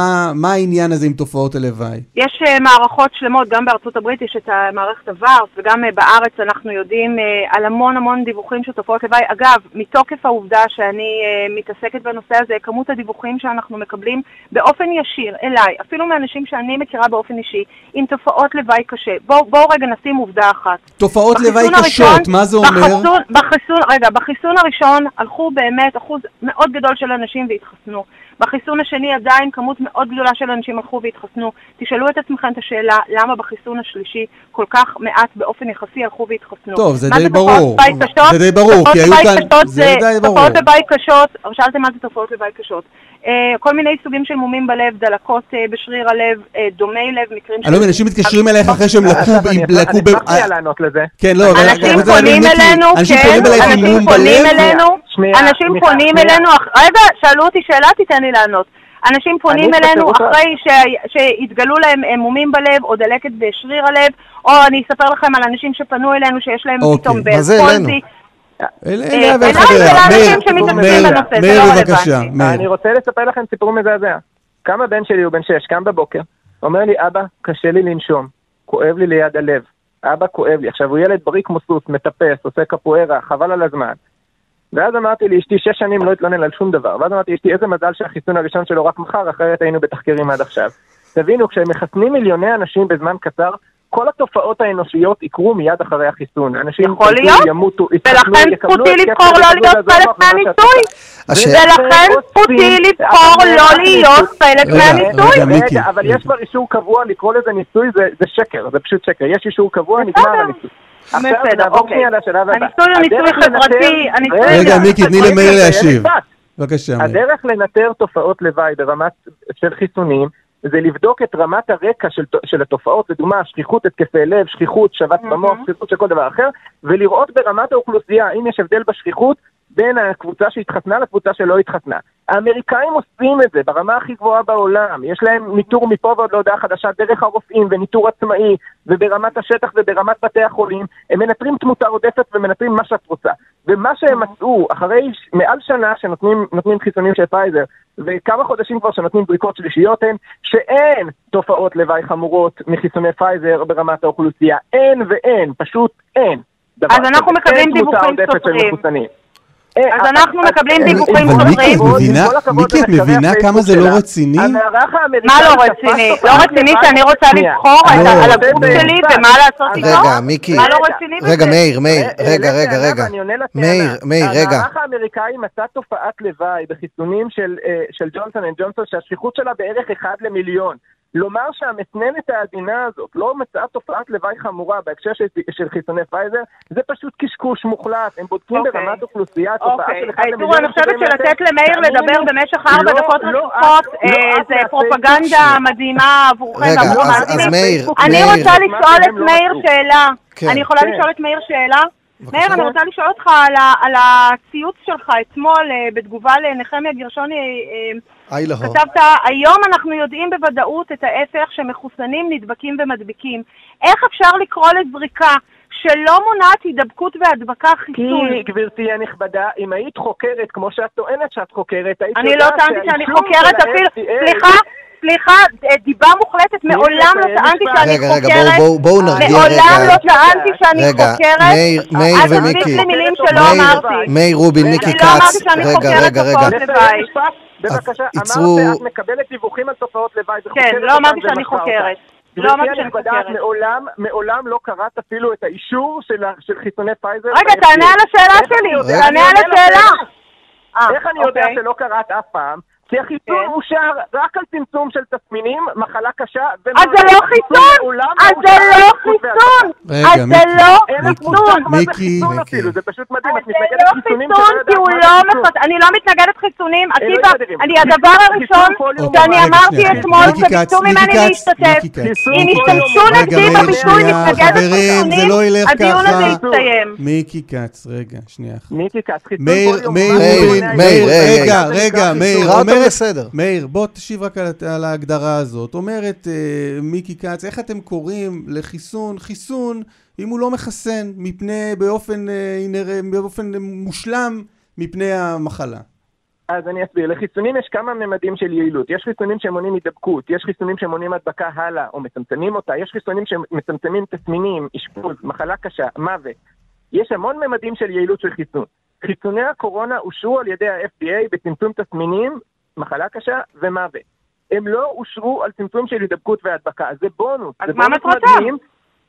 מה העניין הזה עם תופעות הלוואי? יש מערכות שלמות, גם בארצות הברית יש את מערכת הווארס, וגם בארץ אנחנו יודעים על המון המון דיווחים של תופעות לוואי. אגב, מתוקף העובדה שאני מתעסקת בנושא הזה, כמות הדיווחים שאנחנו מקבלים באופן ישיר אליי, אפילו מאנשים שאני מכירה באופן אישי, עם תופעות לוואי קשה. בואו בוא רגע נשים עובדה אחת. תופעות לוואי קשות, מה זה אומר? בחיסון, בחיסון, רגע, בחיסון הראשון הלכו באמת אחוז מאוד גדול של אנשים והתחסנו. בחיסון השני עדיין כמות מאוד גדולה של אנשים הלכו והתחסנו. תשאלו את עצמכם את השאלה, למה בחיסון השלישי כל כך מעט באופן יחסי הלכו והתחסנו? טוב, זה די ברור. זה די ברור, כי היו כאן... זה די ברור. תופעות לוואי קשות, שאלתם מה זה תופעות לוואי קשות. כל מיני סוגים של מומים בלב, דלקות בשריר הלב, דומי לב, מקרים של... אני לא, אנשים מתקשרים אליך אחרי שהם לקו... אני מפריע לענות לזה. כן, לא, אנשים פונים אלינו, כן, אנשים פונים אלינו, אנשים פונים אלינו, רגע, שאלו אותי שאלה, תיתן לי לענות. אנשים פונים אלינו אחרי שהתגלו להם מומים בלב או דלקת בשריר הלב, או אני אספר לכם על אנשים שפנו אלינו שיש להם פתאום בפולזי. אליי ולאנשים שמתעסקים בנושא, זה לא רלוונטי. אני רוצה לספר לכם סיפור מזעזע. כמה בן שלי הוא בן שש, קם בבוקר, אומר לי, אבא, קשה לי לנשום, כואב לי ליד הלב, אבא כואב לי. עכשיו הוא ילד בריא כמו סוס, מטפס, עושה קפוארה, חבל על הזמן. ואז אמרתי לי, אשתי שש שנים לא התלונן על שום דבר. ואז אמרתי, אשתי, איזה מזל שהחיסון הראשון שלו רק מחר, אחרת היינו בתחקירים עד עכשיו. תבינו, כשהם מחסנים מיליוני אנשים בזמן קצר, כל התופעות האנושיות יקרו מיד אחרי החיסון. אנשים ימותו, ולכן זכותי לבחור לא להיות חלק מהניסוי. ולכן זכותי לבחור לא להיות חלק מהניסוי. רגע, אבל יש כבר אישור קבוע, לקרוא לזה ניסוי, זה שקר, זה פשוט שקר. יש אישור קבוע, נגמר הניסוי. בסדר, אוקיי. הניסוי הוא ניסוי חברתי. רגע, מיקי, תני למאיר להשיב. בבקשה. הדרך לנטר תופעות לוואי ברמת של חיסונים, זה לבדוק את רמת הרקע של, של התופעות, לדוגמה, שכיחות התקפי לב, שכיחות, שבץ במוח, שכיחות של כל דבר אחר, ולראות ברמת האוכלוסייה, אם יש הבדל בשכיחות, בין הקבוצה שהתחתנה לקבוצה שלא התחתנה. האמריקאים עושים את זה ברמה הכי גבוהה בעולם. יש להם ניטור מפה ועוד להודעה חדשה דרך הרופאים וניטור עצמאי, וברמת השטח וברמת בתי החולים. הם מנטרים תמותה עודפת ומנטרים מה שאת רוצה. ומה שהם מצאו, אחרי מעל שנה שנותנים נותנים חיסונים של פייזר, וכמה חודשים כבר שנותנים בדיקות שלישיות הן, שאין תופעות לוואי חמורות מחיסוני פייזר ברמת האוכלוסייה. אין ואין, פשוט אין. אז אנחנו מקבלים דיווחים סותרים. אז אנחנו מקבלים דיווחים סותרים. מיקי, את מבינה כמה זה לא רציני? מה לא רציני? לא רציני שאני רוצה לבחור על הגוף שלי ומה לעשות איתו? רגע, מיקי. רגע, מאיר, מאיר. רגע, רגע, רגע. מאיר, מאיר, רגע. המערך האמריקאי מצא תופעת לוואי בחיסונים של ג'ונסון אנד ג'ונסון שהשכיחות שלה בערך אחד למיליון. לומר שהמתננת העדינה הזאת לא מצאה תופעת לוואי חמורה בהקשר של, של חיסוני פייזר, זה פשוט קשקוש מוחלט. הם בודקים okay. ברמת אוכלוסייה תופעה okay. של אחד hey, למיליון. אני חושבת שלתת למאיר לדבר במשך ארבע לא, דקות לא, רצופות, לא, אה, לא, זה לא, פרופגנדה לא, מדהימה עבורכם. רגע, אז, אז מאיר, אני מאיר. רוצה לשאול את מאיר שאלה. כן. אני יכולה כן. לשאול את מאיר שאלה? בבקשה. מאיר, אני רוצה לשאול אותך על, ה, על הציוץ שלך אתמול בתגובה לנחמיה גרשוני. כתבת, היום אנחנו יודעים בוודאות את ההפך שמחוסנים נדבקים ומדביקים. איך אפשר לקרוא לזריקה שלא מונעת הידבקות והדבקה חיסון? כי, גברתי הנכבדה, אם היית חוקרת כמו שאת טוענת שאת חוקרת, היית אני לא טענתי שאני חוקרת אפילו, סליחה, סליחה, דיבה מוחלטת, מעולם לא טענתי שאני חוקרת. רגע, רגע, בואו נרגיע רגע. מעולם לא טענתי שאני חוקרת. מאיר, מאיר ומיקי. אז תגיד לי מילים שלא אמרתי. מאיר רובין, מיקי קץ. אני לא אמרתי שאני חוקרת תופעות לוואי. בבקשה, אמרת שאת מקבלת דיווחים על תופעות לוואי. כן, לא אמרתי שאני חוקרת. לא אמרתי שאני חוקרת. מעולם, מעולם לא קראת אפילו את האישור של חיסוני פייזר. רגע, תענה על השאלה שלי. תענה על השאלה. איך אני יודע שלא קראת אף פעם? כי החיסון אושר רק על צמצום של תסמינים, מחלה קשה... אז זה לא חיסון! אז זה לא חיסון! אז זה לא חיסון! מיקי, מיקי. זה פשוט מדהים, את מתנגדת חיסונים כי הוא לא מפת... אני לא מתנגדת חיסונים, עקיבא, אני הדבר הראשון שאני אמרתי אתמול וביקשו ממני להשתתף. אם ישתמשו נגדי בביטוי מתנגדת חיסונים, הדיון הזה יסתיים. מיקי קץ, רגע, שנייה. מיקי קץ, חיסון מאיר, רגע, רגע, מאיר, בסדר. מאיר, בוא תשיב רק על, על ההגדרה הזאת. אומרת uh, מיקי קץ, איך אתם קוראים לחיסון? חיסון, אם הוא לא מחסן מפני, באופן, uh, באופן מושלם מפני המחלה. אז אני אסביר. לחיסונים יש כמה ממדים של יעילות. יש חיסונים שמונים הידבקות, יש חיסונים שמונים הדבקה הלאה או מצמצמים אותה, יש חיסונים שמצמצמים תסמינים, אשפוז, מחלה קשה, מוות. יש המון ממדים של יעילות של חיסון. חיסוני הקורונה אושרו על ידי ה-אף די איי בצמצום תסמינים, מחלה קשה ומוות. הם לא אושרו על צמצום של הידבקות והדבקה. זה בונוס. אז מה מטרתם?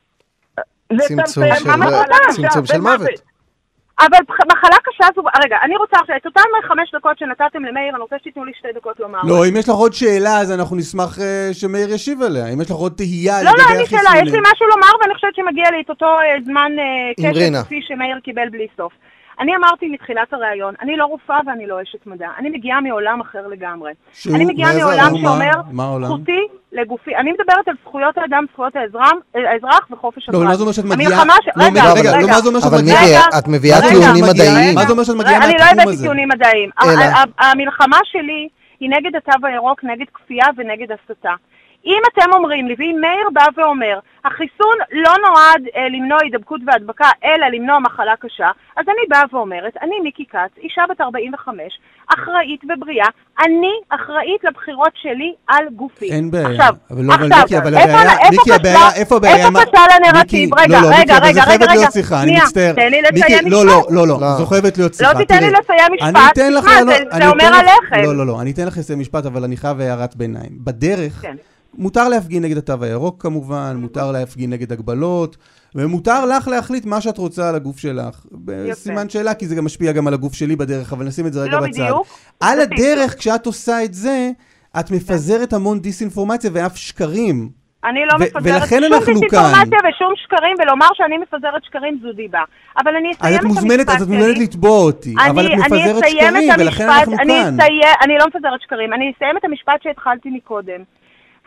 צמצום של מוות. אבל מחלה קשה זו... רגע, אני רוצה עכשיו, את אותם חמש דקות שנתתם למאיר, אני רוצה שתיתנו לי שתי דקות לומר. לא, אם יש לך עוד שאלה, אז אנחנו נשמח שמאיר ישיב עליה. אם יש לך עוד תהייה לגבי החיסונים. לא, לא, אין לי שאלה, יש לי משהו לומר, ואני חושבת שמגיע לי את אותו זמן קשב כפי שמאיר קיבל בלי סוף. אני אמרתי מתחילת הראיון, אני לא רופאה ואני לא אשת מדע. אני מגיעה מעולם אחר לגמרי. אני מגיעה מעולם שאומר, זכותי לגופי. אני מדברת על זכויות האדם, זכויות האזרח וחופש הפרט. לא, מה זה אומר שאת מגיעה? רגע, רגע, לא, מה זה אומר שאת מגיעה? אבל מיקי, את מביאה טיעונים מדעיים. מה זה אומר שאת מגיעה מהתחום הזה? אני לא הבאתי טיעונים מדעיים. המלחמה שלי היא נגד התו הירוק, נגד כפייה ונגד הסתה. אם אתם אומרים לי, ואם מאיר בא ואומר, החיסון לא נועד אה, למנוע הידבקות והדבקה, אלא למנוע מחלה קשה, אז אני באה ואומרת, אני מיקי קץ, אישה בת ארבעים וחמש, אחראית ובריאה, אני אחראית לבחירות שלי על גופי. אין בעיה. עכשיו, אבל לא, עכשיו, מיקי, אבל הבעיה, מיקי, הבעיה, איפה הבעיה? איפה פשל הנרטיב? רגע, רגע, רגע, רגע, רגע, אני מצטער. תן לי לסיים משפט. לא, לא, לא, לא, זו חייבת להיות שיחה. לא תיתן לי לסיים משפט, זה אומר עליכם. לא, לא, לא, אני אתן לך לסיים משפט, אבל אני חייב הערת ביניים. בדרך, מותר להפגין נגד התו הירוק כמובן, מותר להפגין נגד הגבלות, ומותר לך להחליט מה שאת רוצה על הגוף שלך. בסימן שאלה, כי זה גם משפיע גם על הגוף שלי בדרך, אבל נשים את זה רגע בצד. על הדרך, כשאת עושה את זה, את מפזרת המון דיסאינפורמציה ואף שקרים. אני לא מפזרת שום דיסאינפורמציה ושום שקרים, ולומר שאני מפזרת שקרים זו דיבה. אבל אני אסיים את המשפט שלי. אז את מוזמנת לתבוע אותי, אבל את מפזרת שקרים, ולכן אנחנו כאן. אני לא מפזרת שקרים, אני אסיים את המשפט שהתחלתי מקודם.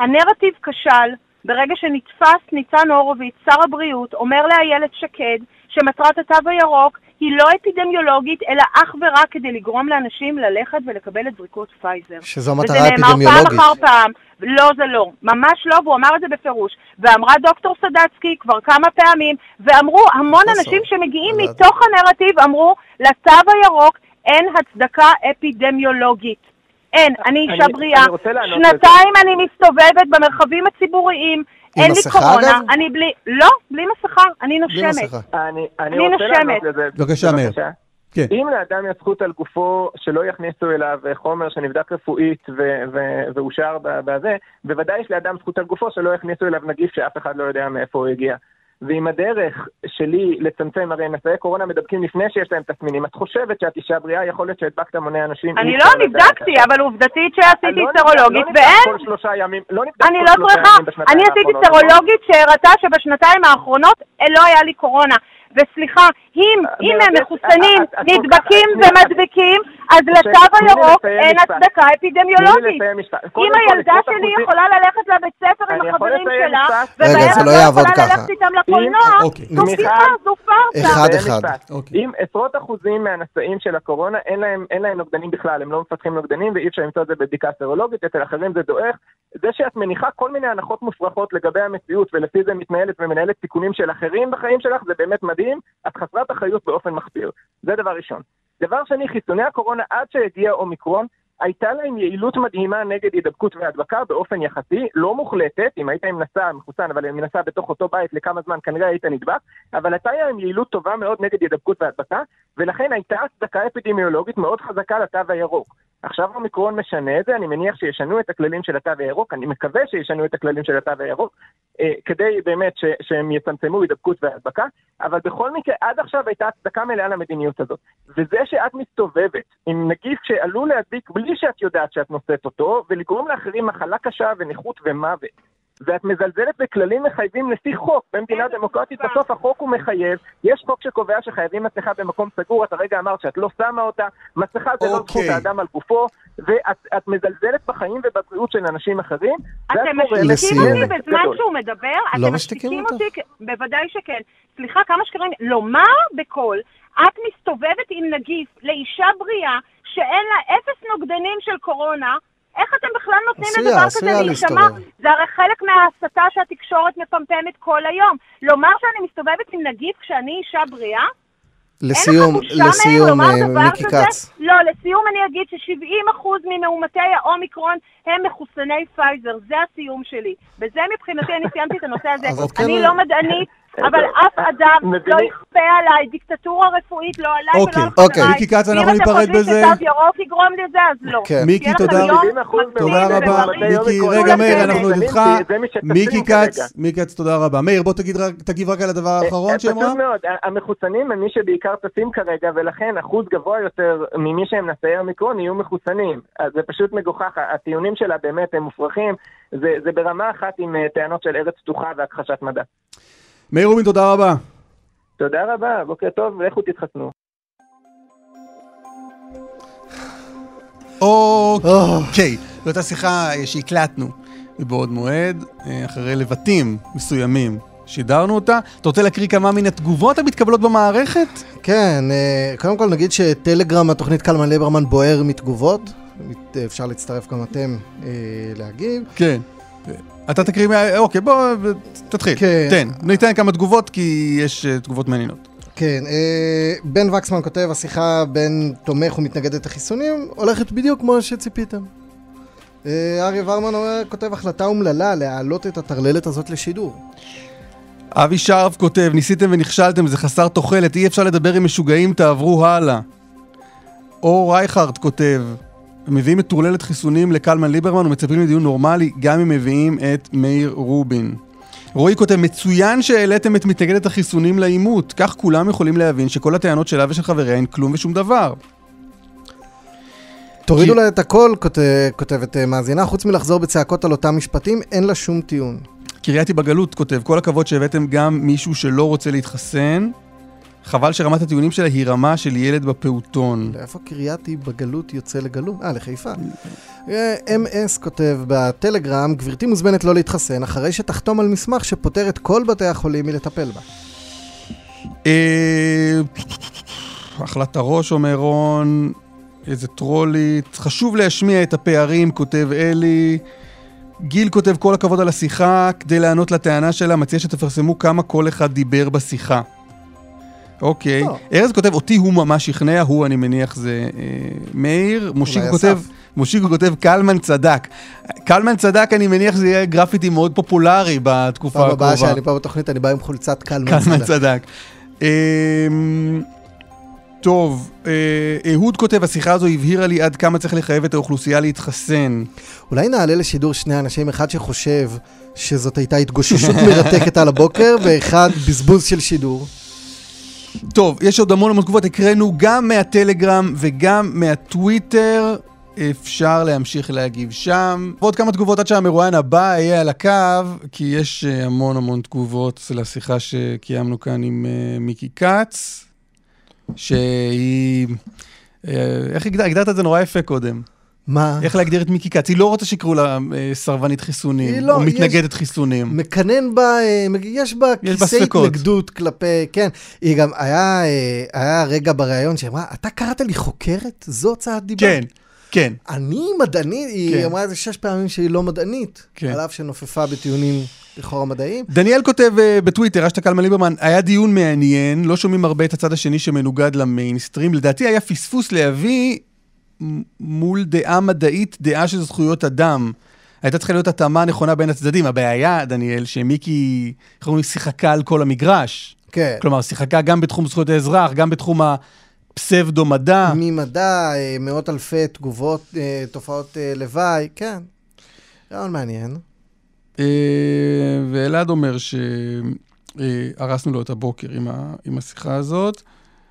הנרטיב כשל, ברגע שנתפס ניצן הורוביץ, שר הבריאות, אומר לאיילת שקד שמטרת התו הירוק היא לא אפידמיולוגית, אלא אך ורק כדי לגרום לאנשים ללכת ולקבל את זריקות פייזר. שזו מטרה אפידמיולוגית. וזה נאמר פעם אחר פעם. לא, זה לא. ממש לא, והוא אמר את זה בפירוש. ואמרה דוקטור סדצקי כבר כמה פעמים, ואמרו המון אנשים שמגיעים מתוך הנרטיב, אמרו, לתו הירוק אין הצדקה אפידמיולוגית. אין, אני אישה בריאה, שנתיים אני מסתובבת במרחבים הציבוריים, אין לי קורונה, אני בלי, לא, בלי מסכה, אני נושמת. אני רוצה לענות לזה. בבקשה, מאיר. אם לאדם יש זכות על גופו שלא יכניסו אליו חומר שנבדק רפואית ואושר בזה, בוודאי יש לאדם זכות על גופו שלא יכניסו אליו נגיף שאף אחד לא יודע מאיפה הוא הגיע. ועם הדרך שלי לצמצם, הרי נשאי קורונה מדבקים לפני שיש להם תסמינים. את חושבת שאת אישה בריאה, יכול להיות שהדבקת המוני אנשים. אני לא נבדקתי, אבל עובדתית שעשיתי סרולוגית, ואין... לא נבדק כל שלושה ימים, לא נבדק אני לא צריכה, אני עשיתי סרולוגית שהראתה שבשנתיים האחרונות לא היה לי קורונה. וסליחה, אם הם מחוסנים, נדבקים ומדביקים, אז לתו הירוק אין הצדקה אפידמיולוגית. אם הילדה שלי יכולה ללכת לבית ספר עם החברים שלה, ובערב לא יכולה ללכת איתם לקולנוע, זו בדיחה, זו פרסה. אחד אחד. אם עשרות אחוזים מהנשאים של הקורונה, אין להם נוגדנים בכלל, הם לא מפתחים נוגדנים, ואי אפשר למצוא את זה בבדיקה סרולוגית, אצל אחרים זה דועך. זה שאת מניחה כל מיני הנחות מופרכות לגבי המציאות, ולפי זה מתנהלת ומנהלת תיקונים של אחרים בחיים שלך, זה באמת מדהים. את חסרת אחריות באופן מחפיר. זה דבר ראשון. דבר שני, חיסוני הקורונה עד שהגיע אומיקרון, הייתה להם יעילות מדהימה נגד הידבקות והדבקה באופן יחסי, לא מוחלטת, אם היית עם נסע מחוסן, אבל אם נסע בתוך אותו בית לכמה זמן כנראה היית נדבק, אבל הייתה להם יעילות טובה מאוד נגד הידבקות והדבקה, ולכן הייתה הצדקה אפידמיולוגית מאוד חזקה לתו הירוק. עכשיו אומיקרון משנה את זה, אני מניח שישנו את הכללים של התו הירוק, אני מקווה שישנו את הכללים של התו הירוק, אה, כדי באמת ש, שהם יצמצמו הידבקות והדבקה, אבל בכל מקרה עד עכשיו הייתה הצדקה מלאה למדיניות הזאת. וזה שאת מסתובבת עם נגיף שעלול להדביק בלי שאת יודעת שאת נושאת אותו, ולגרום לאחרים מחלה קשה ונכות ומוות. ואת מזלזלת בכללים מחייבים לפי חוק. במדינה דמוקרטית בסוף החוק הוא מחייב. יש חוק שקובע שחייבים מסכה במקום סגור. את הרגע אמרת שאת לא שמה אותה. מסכה זה לא זכות האדם על גופו. ואת מזלזלת בחיים ובבריאות של אנשים אחרים. אתם משתיקים אותי בזמן שהוא מדבר? אתם משתיקים אותי? בוודאי שכן. סליחה, כמה שקרים. לומר בכל, את מסתובבת עם נגיף לאישה בריאה שאין לה אפס נוגדנים של קורונה, איך אתם בכלל נותנים לדבר כזה להישמע? זה הרי חלק מההסתה שהתקשורת מפמפמת כל היום. לומר שאני מסתובבת עם נגיף כשאני אישה בריאה? לסיום, לסיום, מיקי קץ. לא, לסיום אני אגיד ש-שבעים אחוז ממאומתי האומיקרון הם מחוסני פייזר. זה הסיום שלי. בזה מבחינתי אני סיימתי את הנושא הזה. אני לא מדענית, אבל אף אדם לא יכפה עליי, דיקטטורה רפואית לא עליי ולא על חבריי. אוקיי, מיקי קץ, אנחנו ניפרד בזה. אם אתם חושבים שתו ירוק יגרום לזה, אז לא. מיקי, תודה רבה. מיקי, רגע, מאיר, אנחנו איתך. מיקי קץ, מיקי קץ, תודה רבה. מאיר, בוא תגיב רק על הדבר האחרון שאמרה. פשוט מאוד, המחוסנים הם מי שבעיקר טסים כרגע, ולכן אחוז גבוה יותר ממי שהם נשאי אומיקרון יהיו מחוסנים. אז זה פשוט מגוחך, הטיעונים שלה באמת הם מופרכים, זה ברמה אחת עם טענות של ארץ פתוחה והכחשת מדע. מאיר רובין, תודה רבה. תודה רבה, בוקר טוב, לכו תתחסנו. אוקיי, זו הייתה שיחה שהקלטנו מבעוד מועד, אחרי לבטים מסוימים שידרנו אותה. אתה רוצה להקריא כמה מן התגובות המתקבלות במערכת? כן, קודם כל נגיד שטלגרם, התוכנית קלמן ליברמן בוער מתגובות. אפשר להצטרף גם אתם להגיב. כן. אתה תקריא, אוקיי, בוא, תתחיל. כן. תן, ניתן כמה תגובות, כי יש תגובות מעניינות. כן, בן וקסמן כותב, השיחה בין תומך ומתנגדת החיסונים הולכת בדיוק כמו שציפיתם. אריה ורמן כותב, החלטה אומללה להעלות את התרללת הזאת לשידור. אבי שרף כותב, ניסיתם ונכשלתם, זה חסר תוחלת, אי אפשר לדבר עם משוגעים, תעברו הלאה. אור רייכרד כותב, מביאים את תורללת חיסונים לקלמן ליברמן ומצפים לדיון נורמלי, גם אם מביאים את מאיר רובין. רועי כותב, מצוין שהעליתם את מתנגדת החיסונים לאימות, כך כולם יכולים להבין שכל הטענות שלה ושל חבריה אין כלום ושום דבר. תורידו לה את הכל, כותבת מאזינה, חוץ מלחזור בצעקות על אותם משפטים, אין לה שום טיעון. קרייתי בגלות כותב, כל הכבוד שהבאתם גם מישהו שלא רוצה להתחסן, חבל שרמת הטיעונים שלה היא רמה של ילד בפעוטון. לאיפה קרייתי בגלות יוצא לגלום? אה, לחיפה. אם אס כותב בטלגרם, גברתי מוזמנת לא להתחסן, אחרי שתחתום על מסמך שפותר את כל בתי החולים מלטפל בה. החלטה ראש, אומר רון, איזה טרולית. חשוב להשמיע את הפערים, כותב אלי. גיל כותב כל הכבוד על השיחה, כדי לענות לטענה שלה, מציע שתפרסמו כמה כל אחד דיבר בשיחה. אוקיי. ארז כותב, אותי הוא ממש שכנע, הוא אני מניח זה מאיר. מושיקו כותב, מושיקו כותב, קלמן צדק. קלמן צדק אני מניח שזה יהיה גרפיטי מאוד פופולרי בתקופה הקרובה. פעם הבאה שאני פה בתוכנית, אני בא עם חולצת קלמן צדק. קלמן צדק. טוב, אהוד כותב, השיחה הזו הבהירה לי עד כמה צריך לחייב את האוכלוסייה להתחסן. אולי נעלה לשידור שני אנשים, אחד שחושב שזאת הייתה התגוששות מרתקת על הבוקר, ואחד בזבוז של שידור. טוב, יש עוד המון המון תגובות, הקראנו גם מהטלגרם וגם מהטוויטר, אפשר להמשיך להגיב שם. ועוד כמה תגובות עד שהמרואיין הבא יהיה על הקו, כי יש המון המון תגובות לשיחה שקיימנו כאן עם מיקי קץ, שהיא... איך הגדרת את זה נורא יפה קודם? מה? איך להגדיר את מיקי קץ? היא לא רוצה שיקראו לה סרבנית חיסונים, לא, או מתנגדת יש, חיסונים. מקנן בה, יש בה כיסי התנגדות כלפי, כן. היא גם, היה, היה רגע בריאיון שאמרה, אתה קראת לי חוקרת? זו צעד דיבה? כן, כן. אני מדענית, היא כן. אמרה איזה שש פעמים שהיא לא מדענית, כן. עליו שנופפה בטיעונים לכאורה מדעיים. דניאל כותב uh, בטוויטר, אשת קלמן ליברמן, היה דיון מעניין, לא שומעים הרבה את הצד השני שמנוגד למיינסטרים, לדעתי היה פספוס להביא מול דעה מדעית, דעה של זכויות אדם. הייתה צריכה להיות התאמה נכונה בין הצדדים. הבעיה, דניאל, שמיקי שיחקה על כל המגרש. כן. כלומר, שיחקה גם בתחום זכויות האזרח, גם בתחום הפסבדו-מדע. ממדע, מאות אלפי תגובות, תופעות לוואי, כן. רעיון מעניין. ואלעד אומר שהרסנו לו את הבוקר עם השיחה הזאת.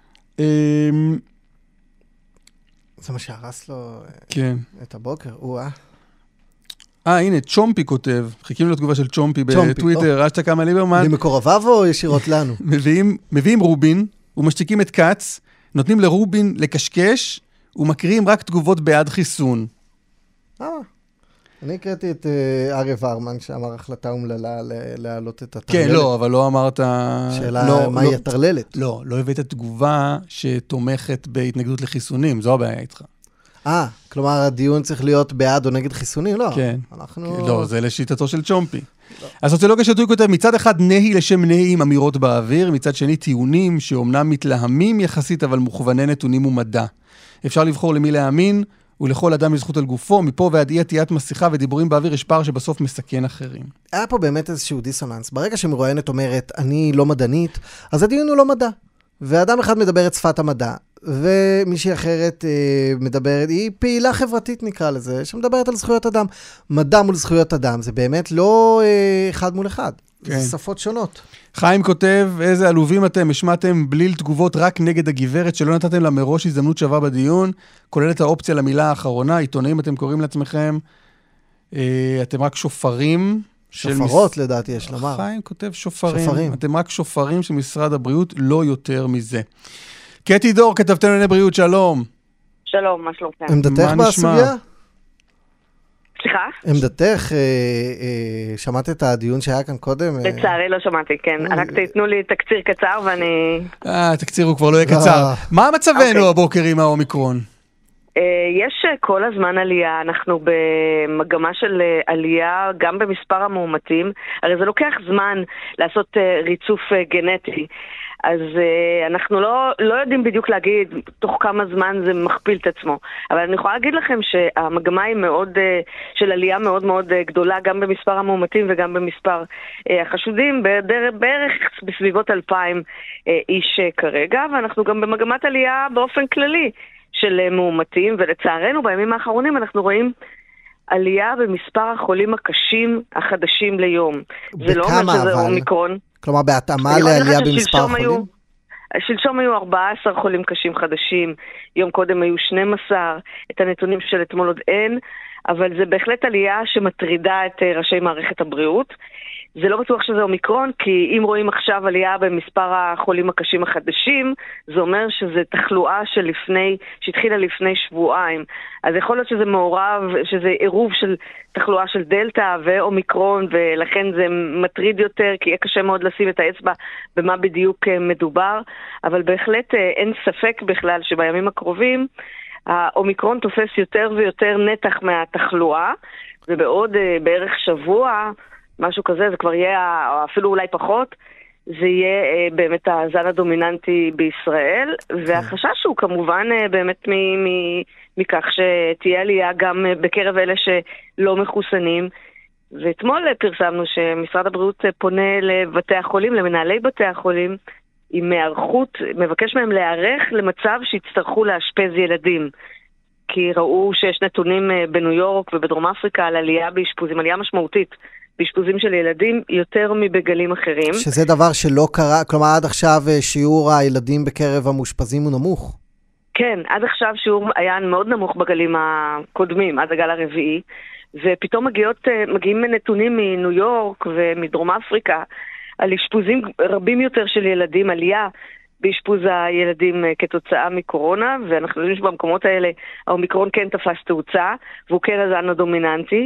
זה מה שהרס לו כן. את הבוקר, הוא אה. אה, הנה, צ'ומפי כותב, חיכים לתגובה של צ'ומפי בטוויטר, אשת קלמן ליברמן. למקורביו או ישירות לנו? מביאים, מביאים רובין, ומשתיקים את קץ, נותנים לרובין לקשקש, ומקריאים רק תגובות בעד חיסון. אה, אני הקראתי את אריה ורמן, שאמר החלטה אומללה להעלות את הטרללת. כן, לא, אבל לא אמרת... שאלה, מהי הטרללת? לא, לא הבאת תגובה שתומכת בהתנגדות לחיסונים, זו הבעיה איתך. אה, כלומר, הדיון צריך להיות בעד או נגד חיסונים? לא. כן. אנחנו... לא, זה לשיטתו של צ'ומפי. הסוציולוגיה של טוי כותב, מצד אחד נהי לשם נהי עם אמירות באוויר, מצד שני טיעונים שאומנם מתלהמים יחסית, אבל מוכווני נתונים ומדע. אפשר לבחור למי להאמין, ולכל אדם יש זכות על גופו, מפה ועד אי עטיית מסכה ודיבורים באוויר יש פער שבסוף מסכן אחרים. היה פה באמת איזשהו דיסוננס. ברגע שמרואיינת אומרת, אני לא מדענית, אז הדיון הוא לא מדע. ואדם אחד מדבר את שפת המדע, ומישהי אחרת אה, מדברת, היא פעילה חברתית נקרא לזה, שמדברת על זכויות אדם. מדע מול זכויות אדם, זה באמת לא אה, אחד מול אחד. כן. זה שפות שונות. חיים כותב, איזה עלובים אתם, השמעתם בליל תגובות רק נגד הגברת, שלא נתתם לה מראש הזדמנות שווה בדיון, כולל את האופציה למילה האחרונה, עיתונאים אתם קוראים לעצמכם, אה, אתם רק שופרים. שופרות מס... לדעתי יש לומר. חיים כותב שופרים. שופרים. אתם רק שופרים של משרד הבריאות, לא יותר מזה. קטי דור, כתבתנו לענייני בריאות, שלום. שלום, מה שלומכם? עמדתך בסוגיה? סליחה? עמדתך, אה, אה, שמעת את הדיון שהיה כאן קודם? לצערי לא שמעתי, כן. רק תיתנו לי תקציר קצר ואני... אה, תקציר הוא כבר לא יהיה קצר. מה מצבנו הבוקר עם האומיקרון? יש כל הזמן עלייה, אנחנו במגמה של עלייה גם במספר המאומתים, הרי זה לוקח זמן לעשות ריצוף גנטי, אז אנחנו לא, לא יודעים בדיוק להגיד תוך כמה זמן זה מכפיל את עצמו, אבל אני יכולה להגיד לכם שהמגמה היא מאוד, של עלייה מאוד מאוד גדולה גם במספר המאומתים וגם במספר החשודים, בערך, בערך בסביבות אלפיים איש כרגע, ואנחנו גם במגמת עלייה באופן כללי של מאומתים, ולצערנו בימים האחרונים אנחנו רואים עלייה במספר החולים הקשים החדשים ליום. זה לא אומר שזה אומיקרון. כלומר, בהתאמה לעלייה במספר החולים? שלשום היו ארבעה עשר חולים קשים חדשים, יום קודם היו שנים עשר, את הנתונים של אתמול עוד אין, אבל זה בהחלט עלייה שמטרידה את ראשי מערכת הבריאות. זה לא בטוח שזה אומיקרון, כי אם רואים עכשיו עלייה במספר החולים הקשים החדשים, זה אומר שזה תחלואה שלפני, שהתחילה לפני שבועיים. אז יכול להיות שזה מעורב, שזה עירוב של תחלואה של דלטה ואומיקרון, ולכן זה מטריד יותר, כי יהיה קשה מאוד לשים את האצבע במה בדיוק מדובר. אבל בהחלט אין ספק בכלל שבימים הקרובים, האומיקרון תופס יותר ויותר נתח מהתחלואה, ובעוד בערך שבוע, משהו כזה, זה כבר יהיה, או אפילו אולי פחות, זה יהיה אה, באמת הזן הדומיננטי בישראל, והחשש הוא כמובן אה, באמת מ- מ- מכך שתהיה עלייה גם אה, בקרב אלה שלא מחוסנים, ואתמול אה, פרסמנו שמשרד הבריאות אה, פונה לבתי החולים, למנהלי בתי החולים, עם הערכות, מבקש מהם להיערך למצב שיצטרכו לאשפז ילדים, כי ראו שיש נתונים אה, בניו יורק ובדרום אפריקה על עלייה באשפוזים, עלייה משמעותית, באשפוזים של ילדים יותר מבגלים אחרים. שזה דבר שלא קרה, כלומר עד עכשיו שיעור הילדים בקרב המאושפזים הוא נמוך. כן, עד עכשיו שיעור היה מאוד נמוך בגלים הקודמים, עד הגל הרביעי, ופתאום מגיעות, מגיעים נתונים מניו יורק ומדרום אפריקה, על אשפוזים רבים יותר של ילדים, עלייה באשפוז הילדים כתוצאה מקורונה, ואנחנו יודעים שבמקומות האלה האומיקרון כן תפס תאוצה, והוא כן הזן הדומיננטי,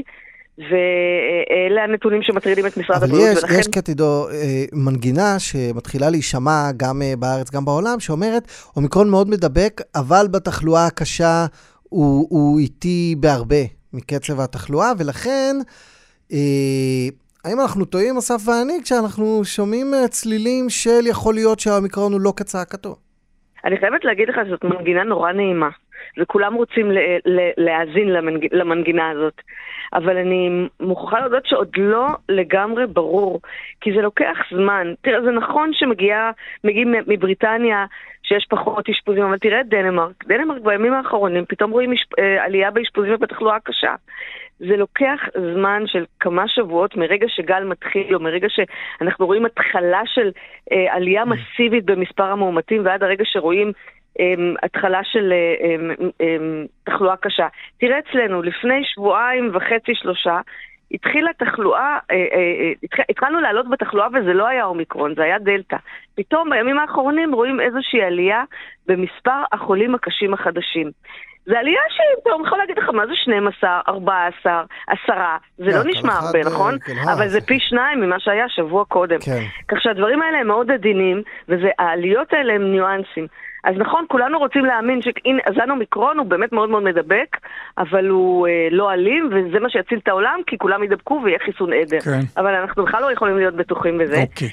ואלה הנתונים שמטרידים את משרד הבריאות. אבל יש, יש כתידו מנגינה שמתחילה להישמע גם בארץ, גם בעולם, שאומרת, אומיקרון מאוד מדבק, אבל בתחלואה הקשה הוא, הוא איטי בהרבה מקצב התחלואה, ולכן, אה, האם אנחנו טועים, אסף ואני, כשאנחנו שומעים צלילים של יכול להיות שהאומיקרון הוא לא כצעקתו? אני חייבת להגיד לך שזאת מנגינה נורא נעימה, וכולם רוצים להאזין למנגינה הזאת. אבל אני מוכרחה לדעת שעוד לא לגמרי ברור, כי זה לוקח זמן. תראה, זה נכון שמגיעים מבריטניה שיש פחות אשפוזים, אבל תראה את דנמרק. דנמרק בימים האחרונים פתאום רואים עלייה באשפוזים ובתחלואה קשה. זה לוקח זמן של כמה שבועות מרגע שגל מתחיל, או מרגע שאנחנו רואים התחלה של אה, עלייה מסיבית במספר המאומתים, ועד הרגע שרואים אה, התחלה של אה, אה, אה, תחלואה קשה. תראה אצלנו, לפני שבועיים וחצי שלושה, התחילה תחלואה, אה, אה, התח... התחלנו לעלות בתחלואה וזה לא היה אומיקרון, זה היה דלטה. פתאום בימים האחרונים רואים איזושהי עלייה במספר החולים הקשים החדשים. זה עלייה שאני יכול להגיד לך, מה זה שנים עשר, ארבע עשרה, עשרה, זה לא נשמע הרבה, נכון? אבל זה פי שניים ממה שהיה שבוע קודם. כך שהדברים האלה הם מאוד עדינים, והעליות האלה הם ניואנסים. אז נכון, כולנו רוצים להאמין שהזן אומיקרון הוא באמת מאוד מאוד מדבק, אבל הוא לא אלים, וזה מה שיציל את העולם, כי כולם ידבקו ויהיה חיסון עדר. אבל אנחנו בכלל לא יכולים להיות בטוחים בזה. אוקיי.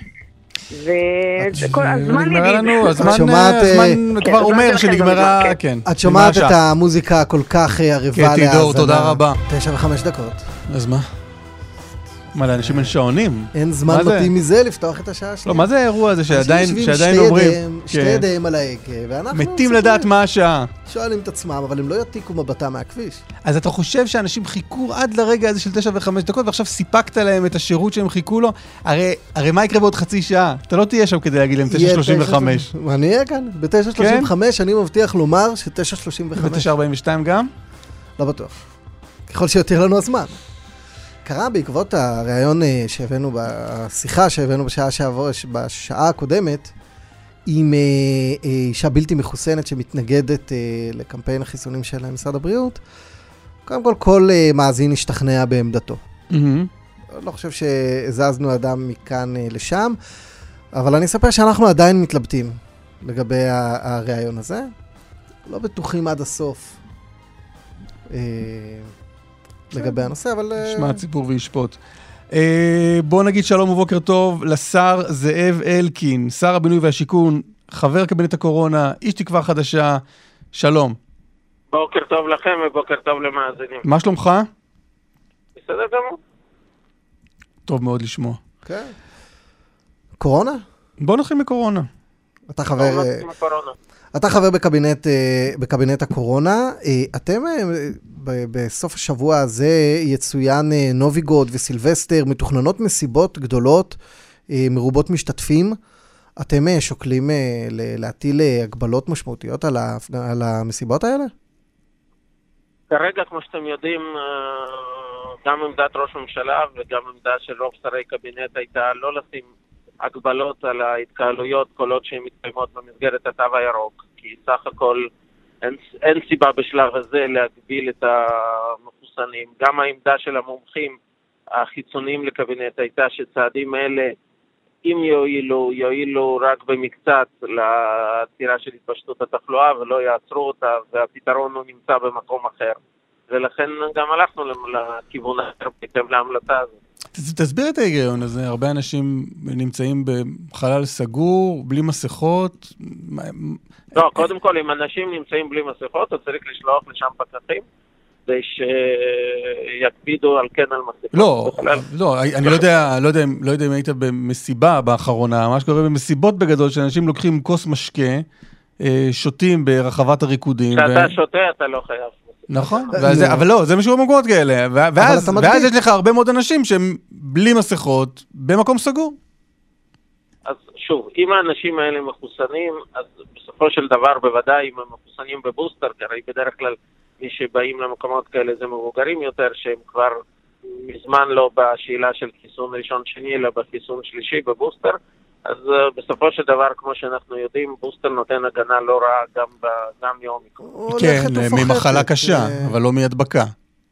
והזמן נגמרה לנו, הזמן כבר אומר שנגמרה, כן. את שומעת את המוזיקה כל כך ערבה להאזנה. קטי דור, תודה רבה. תשע וחמש דקות. אז מה? מה, לאנשים אין שעונים? אין זמן מתאים מזה לפתוח את השעה שלי. לא, מה זה האירוע הזה שעדיין אומרים? שתי ידיהם על ההגה, ואנחנו... מתים לדעת מה השעה. שואלים את עצמם, אבל הם לא יתיקו מבטם מהכביש. אז אתה חושב שאנשים חיכו עד לרגע הזה של תשע וחמש דקות, ועכשיו סיפקת להם את השירות שהם חיכו לו? הרי, הרי מה יקרה בעוד חצי שעה? אתה לא תהיה שם כדי להגיד להם תשע שלושים וחמש. אני אהיה כאן. ב-תשע שלושים וחמש אני מבטיח לומר ש-תשע שלושים וחמש. ב-תשע ארבעים ושתיים גם? לא בטוח. ככל שיותר לנו הזמן. קרה בעקבות הרעיון שהבאנו, בשיחה שהבאנו בשעה שעבור, בשעה הקודמת, עם אישה בלתי מחוסנת שמתנגדת לקמפיין החיסונים של משרד הבריאות, קודם כל כל מאזין השתכנע בעמדתו. Mm-hmm. לא חושב שהזזנו אדם מכאן לשם, אבל אני אספר שאנחנו עדיין מתלבטים לגבי הרעיון הזה. לא בטוחים עד הסוף. לגבי הנושא, אבל... נשמע הציבור וישפוט. בוא נגיד שלום ובוקר טוב לשר זאב אלקין, שר הבינוי והשיכון, חבר קבינט הקורונה, איש תקווה חדשה, שלום. בוקר טוב לכם ובוקר טוב למאזינים. מה שלומך? בסדר גמור. טוב מאוד לשמוע. כן. קורונה? בוא נתחיל מקורונה. אתה חבר... אתה חבר בקבינט, בקבינט הקורונה. אתם בסוף השבוע הזה יצוין נוביגוד וסילבסטר, מתוכננות מסיבות גדולות, מרובות משתתפים. אתם שוקלים להטיל הגבלות משמעותיות על המסיבות האלה? כרגע, כמו שאתם יודעים, גם עמדת ראש ממשלה וגם עמדה של רוב שרי קבינט הייתה לא לשים הגבלות על ההתקהלויות כל עוד שהן מתקיימות במסגרת התו הירוק, כי סך הכל אין, אין סיבה בשלב הזה להגביל את המחוסנים. גם העמדה של המומחים החיצוניים לקבינט הייתה שצעדים אלה, אם יועילו, יועילו רק במקצת לעצירה של התפשטות התחלואה ולא יעצרו אותה, והפתרון הוא נמצא במקום אחר. ולכן גם הלכנו לכיוון אחר בהתאם להמלצה הזאת. תסביר את ההיגיון הזה, הרבה אנשים נמצאים בחלל סגור, בלי מסכות. לא, קודם כל, אם אנשים נמצאים בלי מסכות, אז צריך לשלוח לשם פקחים, כדי שיקפידו על כן על מסכות. לא, לא, אני לא יודע, לא יודע, לא יודע אם היית במסיבה באחרונה, מה שקורה במסיבות בגדול, שאנשים לוקחים כוס משקה, שותים ברחבת הריקודים. כשאתה שותה, אתה לא חייב. נכון, אבל לא, זה משהו במקומות כאלה, ואז יש לך הרבה מאוד אנשים שהם בלי מסכות, במקום סגור. אז שוב, אם האנשים האלה מחוסנים, אז בסופו של דבר בוודאי אם הם מחוסנים בבוסטר, כי הרי בדרך כלל מי שבאים למקומות כאלה זה מבוגרים יותר, שהם כבר מזמן לא בשאלה של חיסון ראשון שני, אלא בחיסון שלישי בבוסטר, אז uh, בסופו של דבר, כמו שאנחנו יודעים, בוסטר נותן הגנה לא רעה גם, ב, גם מאומיקרון. כן, ממחלה קשה, ו... אבל לא מהדבקה.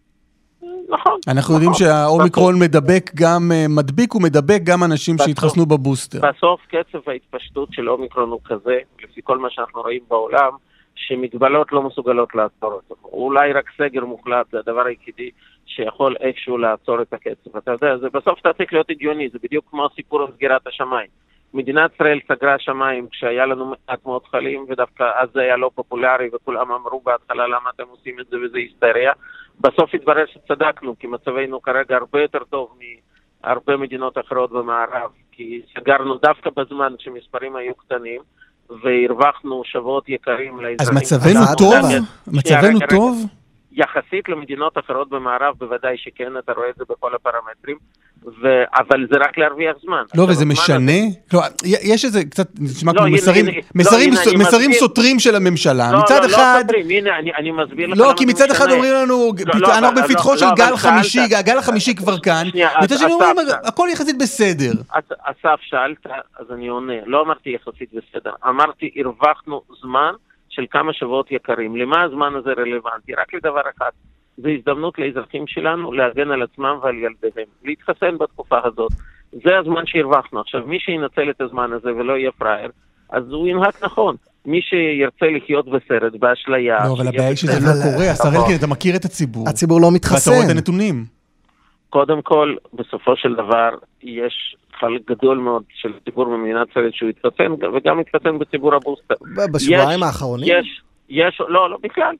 נכון. אנחנו נכון. יודעים שהאומיקרון בסוף... מדבק גם, מדביק ומדבק גם אנשים בסוף, שהתחסנו בבוסטר. בסוף קצב ההתפשטות של אומיקרון הוא כזה, לפי כל מה שאנחנו רואים בעולם, שמגבלות לא מסוגלות לעצור אותו. אולי רק סגר מוחלט, זה הדבר היחידי שיכול איכשהו לעצור את הקצב. אתה יודע, זה בסוף אתה צריך להיות הגיוני, זה בדיוק כמו הסיפור על סגירת השמיים. מדינת ישראל סגרה שמיים כשהיה לנו מעט מאוד חולים, ודווקא אז זה היה לא פופולרי, וכולם אמרו בהתחלה למה אתם עושים את זה וזה היסטריה. בסוף התברר שצדקנו, כי מצבנו כרגע הרבה יותר טוב מהרבה מדינות אחרות במערב, כי סגרנו דווקא בזמן כשמספרים היו קטנים, והרווחנו שבועות יקרים לאזרחים. אז מצבנו טוב? מצבנו טוב? יחסית למדינות אחרות במערב, בוודאי שכן, אתה רואה את זה בכל הפרמטרים, ו... אבל זה רק להרוויח זמן. לא, וזה משנה? לא, יש איזה קצת, נשמע כמו מסרים, מסרים, לא, מסרים סותרים של הממשלה. לא, מצד לא, אחד... לא סותרים, הנה, אני, אני מסביר לך... לא, כי מצד אחד אומרים לנו, אנחנו בפתחו של גל חמישי, הגל החמישי כבר כאן, מצד שני אומרים, הכל יחסית בסדר. אסף, שאלת, אז אני עונה. לא אמרתי יחסית בסדר, אמרתי, הרווחנו זמן, של כמה שבועות יקרים. למה הזמן הזה רלוונטי? רק לדבר אחד. זו הזדמנות לאזרחים שלנו להגן על עצמם ועל ילדיהם. להתחסן בתקופה הזאת. זה הזמן שהרווחנו. עכשיו, מי שינצל את הזמן הזה ולא יהיה פראייר, אז הוא ינהג נכון. מי שירצה לחיות בסרט, באשליה... לא, אבל הבעיה היא שזה לא קורה. השר אלקין, אתה מכיר את הציבור. הציבור לא מתחסן. ואתה רואה את הנתונים. קודם כל, בסופו של דבר, יש חלק גדול מאוד של ציבור במדינת ישראל שהוא התחסן, וגם התחסן בציבור הבוסטר. בשבועיים האחרונים? יש, יש, לא, לא בכלל,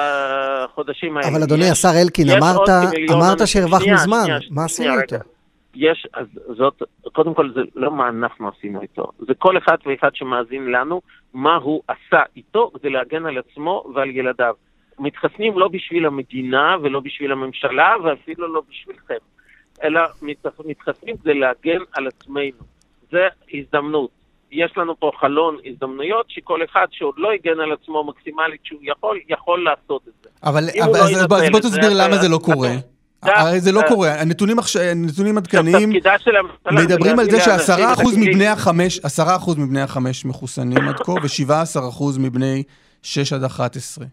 בחודשים האלה. אבל אדוני השר אלקין, אמרת, אמרת שהרווחנו זמן, מה עשינו איתו? יש, אז זאת, קודם כל זה לא מה אנחנו עשינו איתו, זה כל אחד ואחד שמאזין לנו, מה הוא עשה איתו כדי להגן על עצמו ועל ילדיו. מתחסנים לא בשביל המדינה ולא בשביל הממשלה ואפילו לא בשבילכם, אלא מתחסנים כדי להגן על עצמנו. זה הזדמנות. יש לנו פה חלון הזדמנויות שכל אחד שעוד לא הגן על עצמו מקסימלית שהוא יכול, יכול לעשות את זה. אבל, אבל אז, אז בוא תסביר למה זה לא קורה. הרי זה לא קורה. הנתונים, הנתונים עדכניים מדברים על זה שעשרה אחוז מבני החמש, עשרה אחוז מבני החמש מחוסנים עד כה, ושבעה עשר אחוז מבני שש עד אחת עשרה.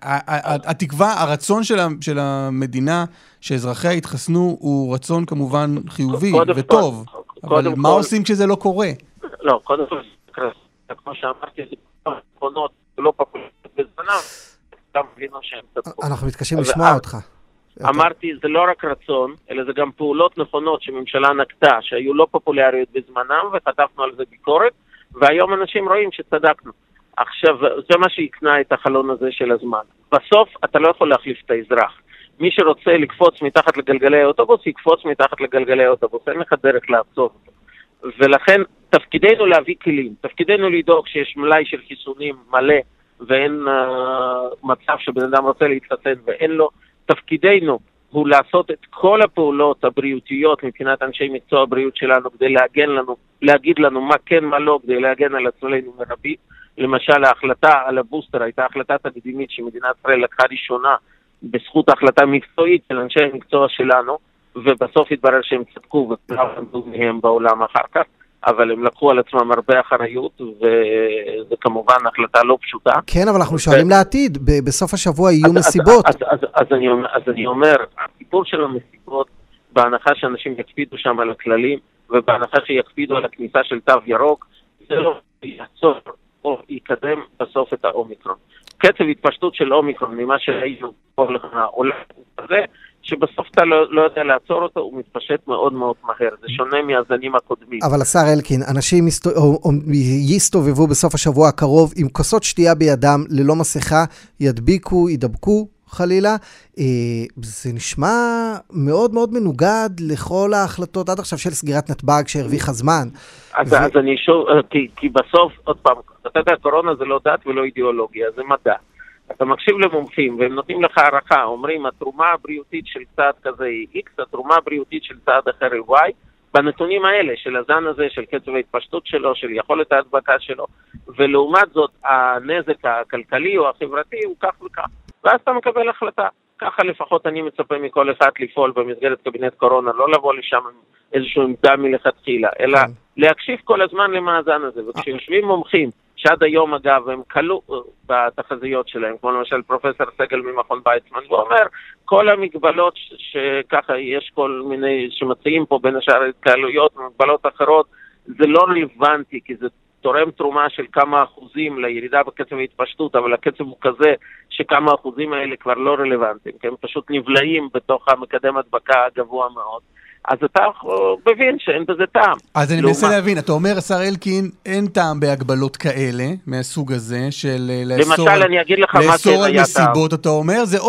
התקווה, הרצון של המדינה שאזרחיה יתחסנו הוא רצון כמובן חיובי וטוב, אבל מה עושים כשזה לא קורה? לא, קודם כל, כמו שאמרתי, זה נכונות, לא פופולריות בזמנם, גם הבינו שהם צדקו. אנחנו מתקשים לשמוע אותך. אמרתי, זה לא רק רצון, אלא זה גם פעולות נכונות שממשלה נקטה, שהיו לא פופולריות בזמנם, וחטפנו על זה ביקורת, והיום אנשים רואים שצדקנו. עכשיו, זה מה שיקנה את החלון הזה של הזמן. בסוף, אתה לא יכול להחליף את האזרח. מי שרוצה לקפוץ מתחת לגלגלי האוטובוס, יקפוץ מתחת לגלגלי האוטובוס. אין לך דרך לעצור אותו. ולכן, תפקידנו להביא כלים. תפקידנו לדאוג שיש מלאי של חיסונים מלא, ואין uh, מצב שבן אדם רוצה להתחסן ואין לו. תפקידנו הוא לעשות את כל הפעולות הבריאותיות מבחינת אנשי מקצוע הבריאות שלנו, כדי להגן לנו, להגיד לנו מה כן, מה לא, כדי להגן על עצמנו מרבית. למשל, ההחלטה על הבוסטר הייתה החלטה תקדימית שמדינת ישראל לקחה ראשונה בזכות ההחלטה מקצועית של אנשי המקצוע שלנו, ובסוף התברר שהם צדקו וכולם עמדו מהם בעולם אחר כך, אבל הם לקחו על עצמם הרבה אחריות, וזה כמובן החלטה לא פשוטה. כן, אבל אנחנו שואלים לעתיד, בסוף השבוע יהיו מסיבות. אז אני אומר, הסיפור של המסיבות, בהנחה שאנשים יקפידו שם על הכללים, ובהנחה שיקפידו על הכניסה של תו ירוק, זה לא יעצור או יקדם בסוף את האומיקרון. קצב התפשטות של אומיקרון, ממה שהיינו פה לעולם הזה, שבסוף אתה לא, לא יודע לעצור אותו, הוא מתפשט מאוד מאוד מהר. זה שונה מהזנים הקודמים. אבל השר אלקין, אנשים מסתו... או, או, יסתובבו בסוף השבוע הקרוב עם כוסות שתייה בידם, ללא מסכה, ידביקו, ידבקו, חלילה. אה, זה נשמע מאוד מאוד מנוגד לכל ההחלטות עד עכשיו של סגירת נתב"ג שהרוויחה זמן. אז, ו... אז אני שוב, כי, כי בסוף, עוד פעם, אתה יודע, קורונה זה לא דת ולא אידיאולוגיה, זה מדע. אתה מקשיב למומחים והם נותנים לך הערכה, אומרים התרומה הבריאותית של צעד כזה היא X, התרומה הבריאותית של צעד אחר היא Y, בנתונים האלה של הזן הזה, של קצב ההתפשטות שלו, של יכולת ההדבקה שלו, ולעומת זאת הנזק הכלכלי או החברתי הוא כך וכך. ואז אתה מקבל החלטה. ככה לפחות אני מצפה מכל אחד לפעול במסגרת קבינט קורונה, לא לבוא לשם עם איזשהו עמדה מלכתחילה, אלא להקשיב כל הזמן למאזן הזה. וכשיושבים מומחים, שעד היום אגב הם קלו בתחזיות שלהם, כמו למשל פרופסור סגל ממכון ויצמן, הוא אומר, כל המגבלות שככה יש כל מיני שמציעים פה בין השאר התקהלויות ומגבלות אחרות, זה לא רלוונטי, כי זה תורם תרומה של כמה אחוזים לירידה בקצב ההתפשטות, אבל הקצב הוא כזה שכמה אחוזים האלה כבר לא רלוונטיים, כי הם פשוט נבלעים בתוך המקדם הדבקה הגבוה מאוד. אז אתה מבין שאין בזה טעם. אז אני מנסה להבין, אתה אומר, השר אלקין, אין טעם בהגבלות כאלה, מהסוג הזה, של לאסור על מסיבות, אתה אומר, זה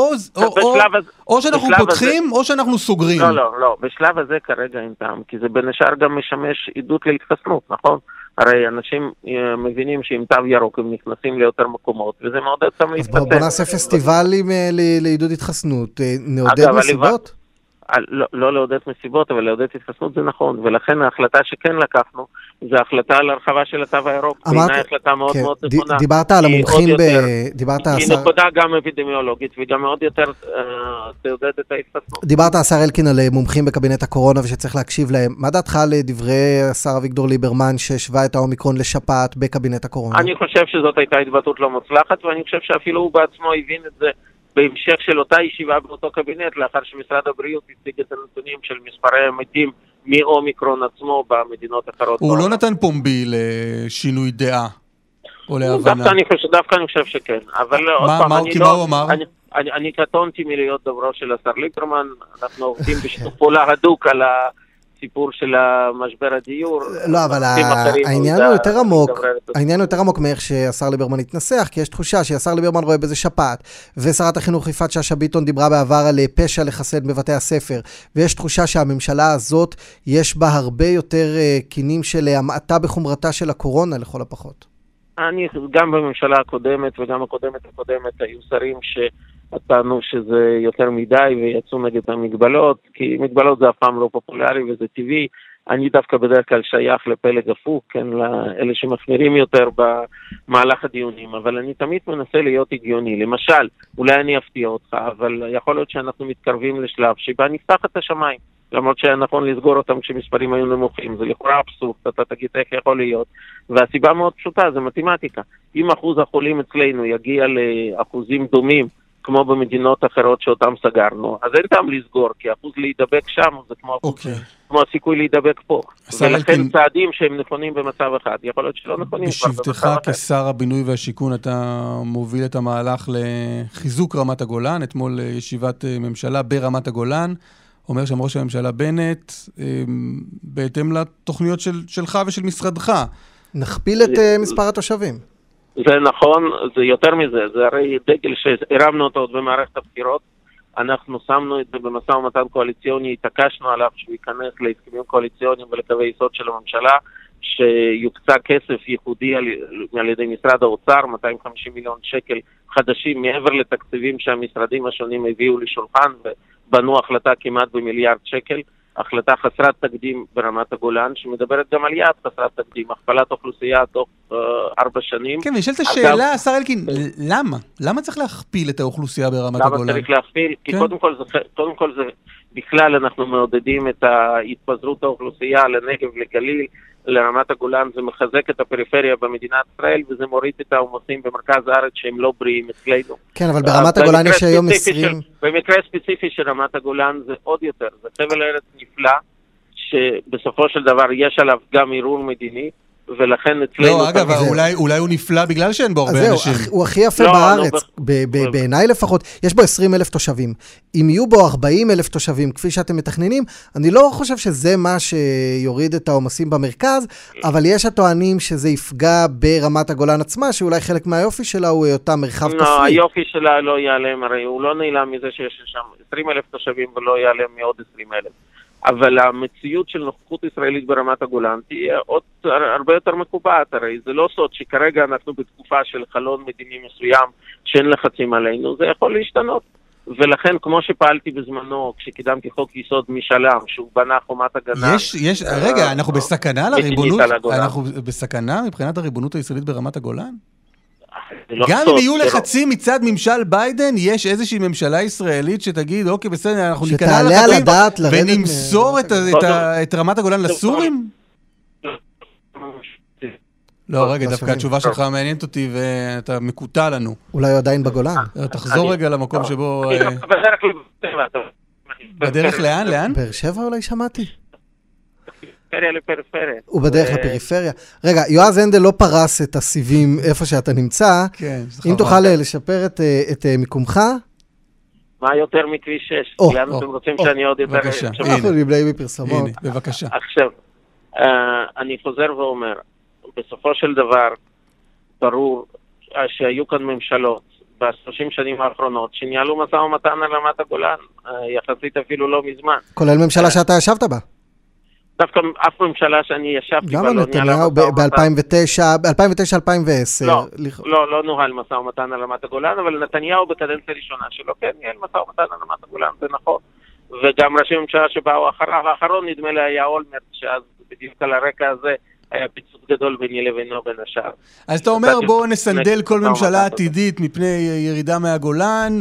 או שאנחנו פותחים, או שאנחנו סוגרים. לא, לא, לא, בשלב הזה כרגע אין טעם, כי זה בין השאר גם משמש עדות להתחסנות, נכון? הרי אנשים מבינים שעם תו ירוק הם נכנסים ליותר מקומות, וזה מעודד אותם להתחסן. אז בוא נעשה פסטיבלים לעידוד התחסנות, נעודד מסיבות? לא, לא לעודד מסיבות, אבל לעודד התחסנות זה נכון, ולכן ההחלטה שכן לקחנו, זה החלטה על הרחבה של התו הירוק, בעיניי החלטה מאוד כן, מאוד נכונה. דיברת על המומחים, ב... דיברת היא השר... נקודה גם אפידמיולוגית, וגם מאוד יותר uh, תעודד את ההתחסנות. דיברת השר אלקין על מומחים בקבינט הקורונה, ושצריך להקשיב להם. מה דעתך לדברי השר אביגדור ליברמן, שהשווה את האומיקרון לשפעת בקבינט הקורונה? אני חושב שזאת הייתה התבטאות לא מוצלחת, ואני חושב שאפילו הוא בעצמו הבין את זה, בהמשך של אותה ישיבה באותו קבינט, לאחר שמשרד הבריאות הציג את הנתונים של מספרי המתים מאומיקרון עצמו במדינות אחרות. הוא לא נתן פומבי לשינוי דעה או להבנה. דווקא אני חושב שכן. אבל עוד פעם, מה הוא אמר? אני קטונתי מלהיות דוברו של השר ליברמן, אנחנו עובדים בשיתוף פעולה הדוק על ה... סיפור של המשבר הדיור. לא, אבל העניין הוא יותר עמוק, העניין הוא יותר עמוק מאיך שהשר ליברמן התנסח, כי יש תחושה שהשר ליברמן רואה בזה שפעת, ושרת החינוך יפעת שאשא ביטון דיברה בעבר על פשע לחסן בבתי הספר, ויש תחושה שהממשלה הזאת יש בה הרבה יותר קינים של המעטה בחומרתה של הקורונה לכל הפחות. אני, גם בממשלה הקודמת וגם הקודמת הקודמת היו שרים ש... טענו שזה יותר מדי ויצאו נגד המגבלות, כי מגבלות זה אף פעם לא פופולרי וזה טבעי. אני דווקא בדרך כלל שייך לפלג הפוך, כן, לאלה שמחמירים יותר במהלך הדיונים, אבל אני תמיד מנסה להיות הגיוני. למשל, אולי אני אפתיע אותך, אבל יכול להיות שאנחנו מתקרבים לשלב שבה נפתח את השמיים, למרות שהיה נכון לסגור אותם כשמספרים היו נמוכים. זה לכאורה אבסורד, אתה תגיד איך יכול להיות. והסיבה מאוד פשוטה, זה מתמטיקה. אם אחוז החולים אצלנו יגיע לאחוזים דומים, כמו במדינות אחרות שאותם סגרנו, אז אין טעם לסגור, כי אחוז להידבק שם זה כמו, okay. כמו הסיכוי להידבק פה. ולכן אלקין... צעדים שהם נכונים במצב אחד, יכול להיות שלא נכונים. בשבתך כשר הבינוי והשיכון, אתה מוביל את המהלך לחיזוק רמת הגולן, אתמול ישיבת ממשלה ברמת הגולן, אומר שם ראש הממשלה בנט, בהתאם לתוכניות של, שלך ושל משרדך. נכפיל את מספר התושבים. זה נכון, זה יותר מזה, זה הרי דגל שהרמנו אותו עוד במערכת הבחירות, אנחנו שמנו את זה במשא ומתן קואליציוני, התעקשנו עליו שהוא ייכנס להסכמים קואליציוניים ולקווי יסוד של הממשלה, שיוקצה כסף ייחודי על, על ידי משרד האוצר, מאתיים וחמישים מיליון שקל חדשים, מעבר לתקציבים שהמשרדים השונים הביאו לשולחן, ובנו החלטה כמעט במיליארד שקל, החלטה חסרת תקדים ברמת הגולן, שמדברת גם על יעד חסרת תקדים, הכפלת אוכלוסייה תוך uh, ארבע שנים. כן, וישאלת השאלה, השר אלקין, למה? למה צריך להכפיל את האוכלוסייה ברמת הגולן? למה צריך להכפיל? כי כן? קודם כל זה, קודם כל זה, בכלל אנחנו מעודדים את ההתפזרות האוכלוסייה לנגב, לגליל, לרמת הגולן, זה מחזק את הפריפריה במדינת ישראל, וזה מוריד את העומסים במרכז הארץ שהם לא בריאים אצלנו. כן, אבל ברמת הגולן יש היום עשרים... במקרה ספציפי של רמת הגולן זה עוד יותר, זה חבל ארץ נפלא, שבסופו של דבר יש עליו גם ערעור מדיני, ולכן אצלנו... לא, אגב, אולי, אולי הוא נפלא בגלל שאין בו הרבה אנשים. הוא הכי יפה לא, בארץ, לא, ב- ב- בעיניי לפחות. יש בו עשרים אלף תושבים. אם יהיו בו ארבעים אלף תושבים, כפי שאתם מתכננים, אני לא חושב שזה מה שיוריד את העומסים במרכז, אבל יש הטוענים שזה יפגע ברמת הגולן עצמה, שאולי חלק מהיופי שלה הוא אותה מרחב כפרי. לא, היופי שלה לא ייעלם, הרי הוא לא נעלם מזה שיש שם עשרים אלף תושבים ולא ייעלם מעוד עשרים אלף. אבל המציאות של נוכחות ישראלית ברמת הגולן תהיה עוד הרבה יותר מקובעת, הרי זה לא סוד שכרגע אנחנו בתקופה של חלון מדיני מסוים שאין לחצים עלינו, זה יכול להשתנות. ולכן כמו שפעלתי בזמנו כשקידמתי חוק יסוד משלם שהוא בנה חומת הגנה. יש, יש, רגע, אנחנו בסכנה לריבונות, אנחנו בסכנה מבחינת הריבונות הישראלית ברמת הגולן? גם אם יהיו לחצים מצד ממשל ביידן, יש איזושהי ממשלה ישראלית שתגיד, אוקיי, בסדר, אנחנו ניכנע לחצים ונמסור את רמת הגולן לסורים? לא, רגע, דווקא התשובה שלך מעניינת אותי ואתה מקוטע לנו. אולי הוא עדיין בגולן. תחזור רגע למקום שבו... בדרך לאן? לאן? באר שבע אולי שמעתי. פריפריה לפריפריה. הוא בדרך לפריפריה. רגע, יועז הנדל לא פרס את הסיבים איפה שאתה נמצא. כן, אם תוכל לשפר את מיקומך. מה יותר מכביש שש? לאן אתם רוצים שאני עוד יותר... בבקשה, אנחנו נבלעים מפרסמות. הנה, בבקשה. עכשיו, אני חוזר ואומר, בסופו של דבר, ברור שהיו כאן ממשלות ב-שלושים שנים האחרונות, שניהלו משא ומתן על רמת הגולן, יחסית אפילו לא מזמן. כולל ממשלה שאתה ישבת בה? דווקא אף ממשלה שאני ישבתי בה לא ניהלה משא ומתן. ב-אלפיים ותשע אלפיים ועשר. לא, לא, לא נוהל משא ומתן על רמת הגולן, אבל נתניהו בקדנציה ראשונה שלו, כן, ניהל משא ומתן על רמת הגולן, זה נכון. וגם ראשי ממשלה שבאו אחריו, האחרון נדמה לי היה אולמרט, שאז בדיוק על הרקע הזה היה פיצוץ גדול ביני לבינו בין השאר. אז אתה אומר בואו נסנדל כל ממשלה עתידית מפני ירידה מהגולן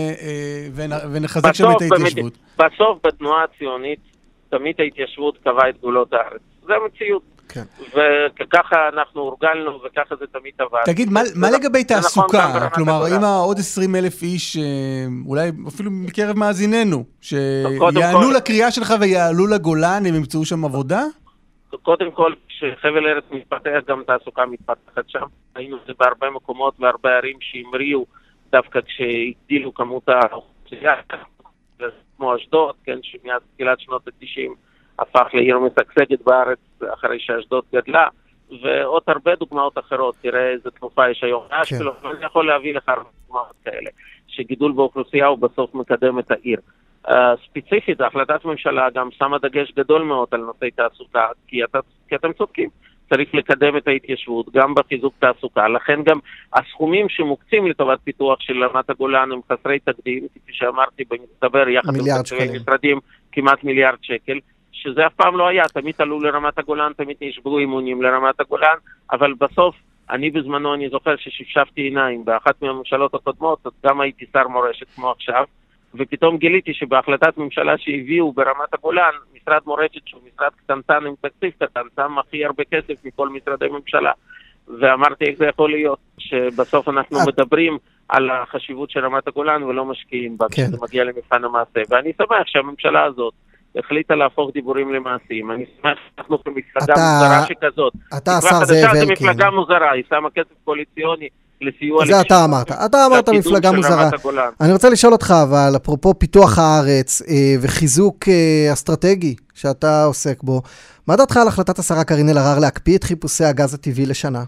ונחזק שם את ההתיישבות. בסוף בתנועה הציונית תמיד ההתיישבות קבעה את גבולות הארץ. זה המציאות. וככה אנחנו הורגלנו וככה זה תמיד עבד. תגיד, מה לגבי תעסוקה? כלומר, אם עוד עשרים אלף איש, אולי אפילו מקרב מאזיננו, שיענו לקריאה שלך ויעלו לגולן, הם ימצאו שם עבודה? קודם כל, כשחבל ארץ מתפתח, גם תעסוקה מתפתחת שם. היינו זה בהרבה מקומות והרבה ערים שהמריאו דווקא כשהגדילו כמות האוכלוסייה, כמו אשדוד, כן, שמאז תחילת שנות ה-תשעים הפך לעיר משגשגת בארץ אחרי שאשדוד גדלה, ועוד הרבה דוגמאות אחרות. תראה איזה תנופה יש היום. אשקלון, אני יכול להביא לך הרבה דוגמאות כאלה, שגידול באוכלוסייה הוא בסוף מקדם את העיר. Uh, ספציפית, החלטת ממשלה גם שמה דגש גדול מאוד על נושאי תעסוקה, כי, אתה, כי אתם צודקים, צריך לקדם את ההתיישבות גם בחיזוק תעסוקה, לכן גם הסכומים שמוקצים לטובת פיתוח של רמת הגולן הם חסרי תקדים, כפי שאמרתי במצטבר יחד עם תקציבי משרדים כמעט מיליארד שקל, שזה אף פעם לא היה, תמיד עלו לרמת הגולן, תמיד נשברו אימונים לרמת הגולן, אבל בסוף אני בזמנו, אני זוכר ששפשפתי עיניים באחת מהממשלות הקודמות, גם הייתי שר מורשת כמו עכשיו, ופתאום גיליתי שבהחלטת ממשלה שהביאו ברמת הגולן, משרד מורשת שהוא משרד קטנטן עם תקציב קטן, שם הכי הרבה כסף מכל משרדי ממשלה. ואמרתי איך זה יכול להיות, שבסוף אנחנו מדברים על החשיבות של רמת הגולן ולא משקיעים בה, כשזה מגיע למבחן המעשה. ואני שמח שהממשלה הזאת החליטה להפוך דיבורים למעשים. אני שמח שאנחנו כמפלגה מוזרה שכזאת. אתה השר זאב אלקין. זה מפלגה מוזרה, היא שמה כסף קואליציוני. זה אתה אמרת, אתה אמרת מפלגה מוזרה. אני רוצה לשאול אותך, אבל אפרופו פיתוח הארץ וחיזוק אסטרטגי שאתה עוסק בו, מה דעתך על החלטת השרה קארין אלהרר להקפיא את חיפושי הגז הטבעי לשנה?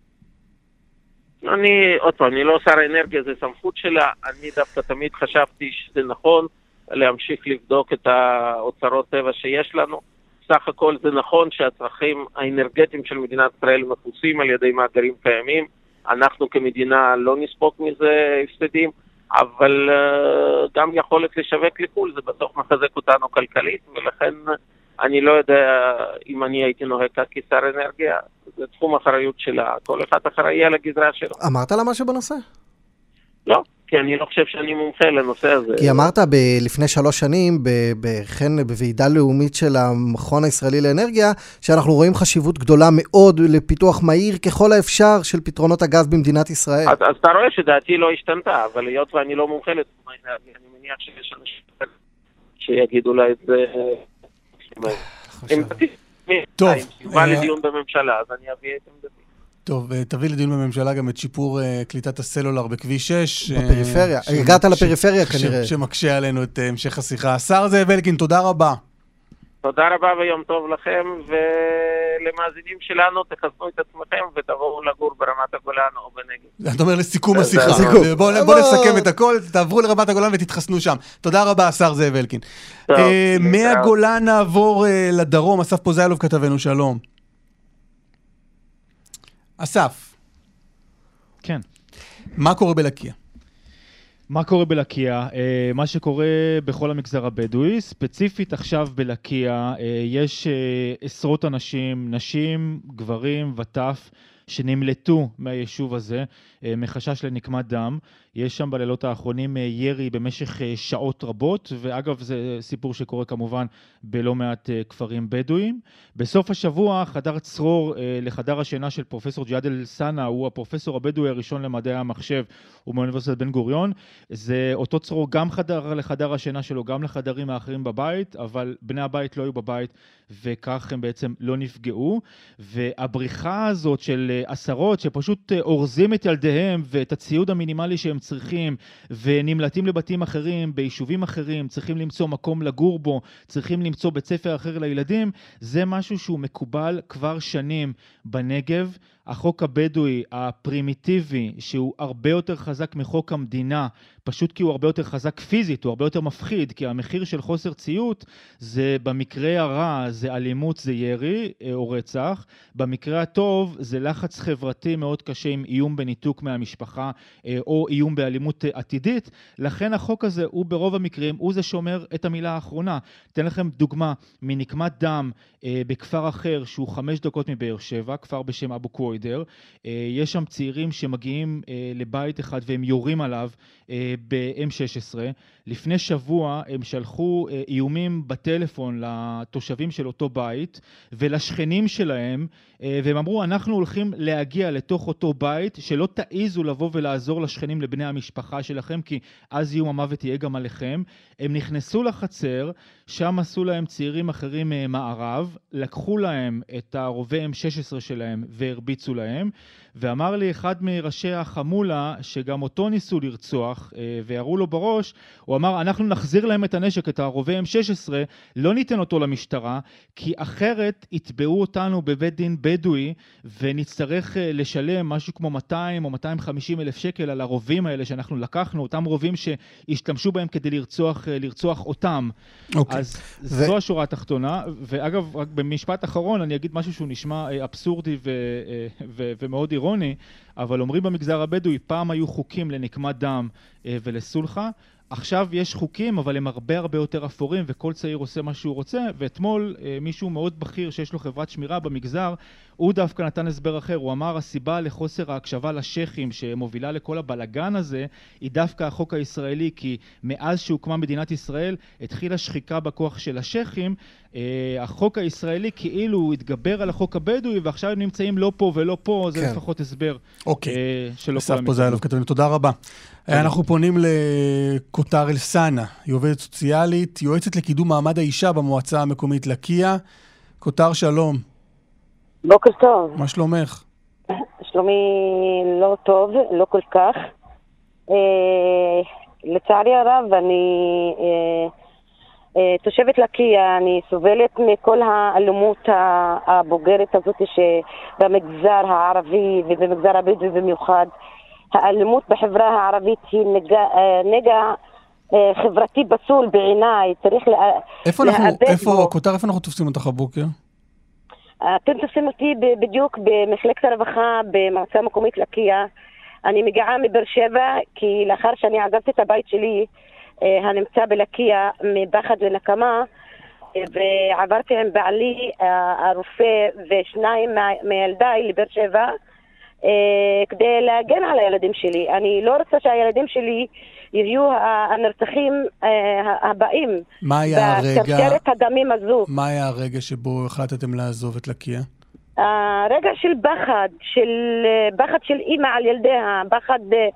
אני, עוד פעם, אני לא שר האנרגיה, זה סמכות שלה, אני דווקא תמיד חשבתי שזה נכון להמשיך לבדוק את האוצרות טבע שיש לנו. סך הכל זה נכון שהצרכים האנרגטיים של מדינת ישראל מכוסים על ידי מאגרים קיימים, אנחנו כמדינה לא נספוק מזה הפסדים, אבל גם יכולת לשווק לחו"ל זה בסוף מחזק אותנו כלכלית, ולכן אני לא יודע אם אני הייתי נוהג כשר אנרגיה, זה תחום אחריות שלה, כל אחד אחראי על הגזרה שלו. אמרת לה משהו בנושא? לא, כי אני לא חושב שאני מומחה לנושא הזה. כי אמרת ב- לפני שלוש שנים, בכן בוועידה לאומית של המכון הישראלי לאנרגיה, שאנחנו רואים חשיבות גדולה מאוד לפיתוח מהיר ככל האפשר של פתרונות הגז במדינת ישראל. אז, אז אתה רואה שדעתי לא השתנתה, אבל היות ואני לא מומחה לתחום האנרגיה, אני מניח שיש אנשים שיגידו לה את זה. טוב. אם יובא לדיון בממשלה, אז אני אביא את עמדתי. טוב, תביא לדיון בממשלה גם את שיפור קליטת הסלולר בכביש שש. בפריפריה. הגעת לפריפריה כנראה. שמקשה עלינו את המשך השיחה. השר זאב אלקין, תודה רבה. תודה רבה ויום טוב לכם, ולמאזינים שלנו תחסנו את עצמכם ותבואו לגור ברמת הגולן או בנגב. אתה אומר לסיכום השיחה. בואו נסכם את הכל, תעברו לרמת הגולן ותתחסנו שם. תודה רבה, השר זאב אלקין. מהגולן נעבור לדרום, אסף פוזיילוב כתבנו, שלום. אסף. כן. מה קורה בלקיה? מה קורה בלקיה? מה שקורה בכל המגזר הבדואי, ספציפית עכשיו בלקיה, יש עשרות אנשים, נשים, גברים וטף, שנמלטו מהיישוב הזה, מחשש לנקמת דם. יש שם בלילות האחרונים ירי במשך שעות רבות, ואגב זה סיפור שקורה כמובן בלא מעט כפרים בדואיים. בסוף השבוע חדר צרור לחדר השינה של פרופסור ג'יהאד אל-סאנע, הוא הפרופסור הבדואי הראשון למדעי המחשב ומאוניברסיטת בן גוריון. זה אותו צרור גם חדר לחדר השינה שלו, גם לחדרים האחרים בבית, אבל בני הבית לא היו בבית, וכך הם בעצם לא נפגעו. והבריחה הזאת של עשרות שפשוט אורזים את ילדיהם ואת הציוד המינימלי שהם צריכים, ונמלטים לבתים אחרים, ביישובים אחרים, צריכים למצוא מקום לגור בו, צריכים למצוא בית ספר אחר לילדים, זה משהו שהוא מקובל כבר שנים בנגב. החוק הבדואי הפרימיטיבי, שהוא הרבה יותר חזק מחוק המדינה, פשוט כי הוא הרבה יותר חזק פיזית, הוא הרבה יותר מפחיד, כי המחיר של חוסר ציות זה במקרה הרע, זה אלימות, זה ירי או רצח, במקרה הטוב זה לחץ חברתי מאוד קשה עם איום בניתוק מהמשפחה או איום באלימות עתידית. לכן החוק הזה הוא ברוב המקרים, הוא זה שאומר את המילה האחרונה. אתן לכם דוגמה מנקמת דם בכפר אחר שהוא חמש דקות מבאר שבע, כפר בשם אבו קווידר. יש שם צעירים שמגיעים לבית אחד והם יורים עליו ב-אם שש עשרה. לפני שבוע הם שלחו איומים בטלפון לתושבים של אותו בית ולשכנים שלהם, והם אמרו, אנחנו הולכים להגיע לתוך אותו בית, שלא תעיזו לבוא ולעזור לשכנים לבני המשפחה שלכם, כי אז איום המוות יהיה גם עליכם. הם נכנסו לחצר, שם עשו להם צעירים אחרים מערב, לקחו להם את הרובה אם שש עשרה שלהם והרביצו להם, ואמר לי אחד מראשי החמולה, שגם אותו ניסו לרצוח, ויראו לו בראש, הוא אמר, אנחנו נחזיר להם את הנשק, את הרובה אם שש עשרה, לא ניתן אותו למשטרה, כי אחרת יתבעו אותנו בבית דין בדואי, ונצטרך לשלם משהו כמו מאתיים או מאתיים וחמישים אלף שקל על הרובים האלה שאנחנו לקחנו, אותם רובים שהשתמשו בהם כדי לרצוח, לרצוח אותם. Okay. אז ו... זו השורה התחתונה, ואגב, רק במשפט אחרון, אני אגיד משהו שהוא נשמע אבסורדי ו... ו... ומאוד אירוני, אבל אומרים במגזר הבדואי, פעם היו חוקים לנקמת דם ולסולחה, עכשיו יש חוקים, אבל הם הרבה הרבה יותר אפורים, וכל צעיר עושה מה שהוא רוצה, ואתמול מישהו מאוד בכיר שיש לו חברת שמירה במגזר, הוא דווקא נתן הסבר אחר, הוא אמר, הסיבה לחוסר ההקשבה לשכים שמובילה לכל הבלגן הזה, היא דווקא החוק הישראלי, כי מאז שהוקמה מדינת ישראל, התחילה שחיקה בכוח של השכים, החוק הישראלי כאילו הוא התגבר על החוק הבדואי, ועכשיו הם נמצאים לא פה ולא פה, זה לפחות הסבר שלא כל המקום. תודה רבה. אנחנו פונים לכותר אל-סאנע, היא עובדת סוציאלית, יועצת לקידום מעמד האישה במועצה המקומית לקיה. כותר, שלום. בוקר טוב. מה שלומך? שלומי לא טוב, לא כל כך. לצערי הרב, אני תושבת לקיה, אני סובלת מכל האלימות הבוגרת הזאת שבמגזר הערבי ובמגזר הבדואי במיוחד. האלימות בחברה הערבית היא נגע, נגע חברתי פסול בעיניי, צריך איפה אנחנו, איפה, כותר, איפה אנחנו תופסים אותך הבוקר? אתם תופסים אותי בדיוק במחלקת הרווחה במועצה המקומית לקיה. אני מגיעה מבאר שבע, כי לאחר שאני עזבתי את הבית שלי, הנמצא בלקיה, מפחד לנקמה, ועברתי עם בעלי, הרופא ושניים מילדיי לבאר שבע, כדי להגן על הילדים שלי. אני לא רוצה שהילדים שלי יהיו הנרצחים הבאים. מה היה הרגע? בשרשרת הדמים הזו. מה היה הרגע שבו החלטתם לעזוב את לקיה? הרגע של פחד, של פחד של אימא על ילדיה, פחד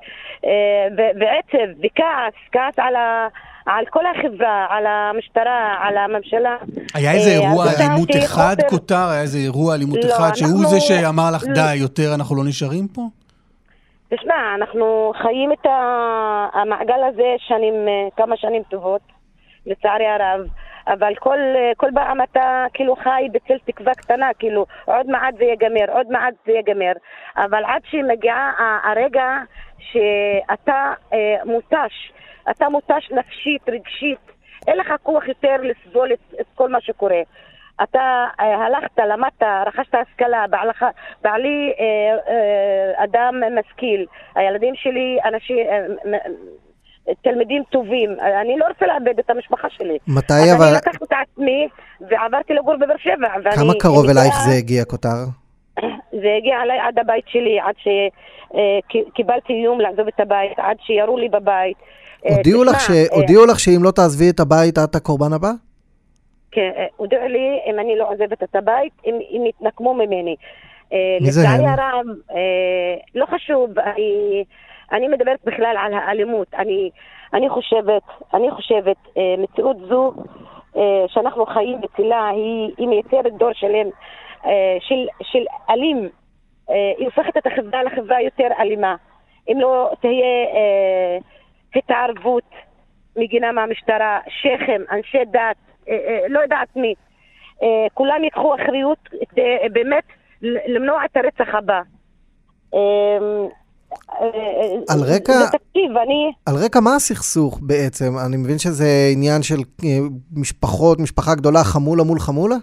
ועצב וכעס, כעס על ה... על כל החברה, על המשטרה, על הממשלה. היה איזה אירוע אלימות אחד, כותר? היה איזה אירוע אלימות אחד, שהוא זה שאמר לך, די, יותר אנחנו לא נשארים פה? תשמע, אנחנו חיים את המעגל הזה שנים, כמה שנים טובות, לצערי הרב, אבל כל, כל פעם אתה כאילו חי בצל תקווה קטנה, כאילו עוד מעט זה יגמר, עוד מעט זה יגמר, אבל עד שמגיעה הרגע שאתה מותש, אתה מותש נפשית, רגשית, אין לך כוח יותר לסבול את, את כל מה שקורה. אתה אה, הלכת, למדת, רכשת השכלה, בעלך, בעלי אה, אה, אדם משכיל, הילדים שלי אנשים, אה, תלמידים טובים, אני לא רוצה לאבד את המשפחה שלי. מתי אבל... אבל... אני לקחתי את עצמי ועברתי לגור בבאר שבע. כמה ואני, קרוב אני אלייך גאה... זה הגיע, כותר? זה הגיע עליי עד הבית שלי, עד שקיבלתי איום לעזוב את הבית, עד שירו לי בבית. הודיעו לך, ש... הודיעו לך שאם לא תעזבי את הבית, את הקורבן הבא? כן, הודיעו לי, אם אני לא עוזבת את הבית, אם, אם יתנקמו ממני. מי זה הם? לצערי הרב, לא חשוב, אני, אני מדברת בכלל על האלימות. אני, אני חושבת, אני חושבת, מציאות זו שאנחנו חיים בצילה, היא, היא מייצרת דור שלם של, של אלים. היא הופכת את החברה לחברה יותר אלימה. אם לא תהיה... התערבות מגינה מהמשטרה, שכם, אנשי דת, אה, אה, לא יודעת מי. אה, כולם יקחו אחריות כדי באמת למנוע את הרצח הבא. אה, אה, על רקע, זה תקציב, אני... על רקע מה הסכסוך בעצם? אני מבין שזה עניין של משפחות, משפחה גדולה, חמולה מול חמולה?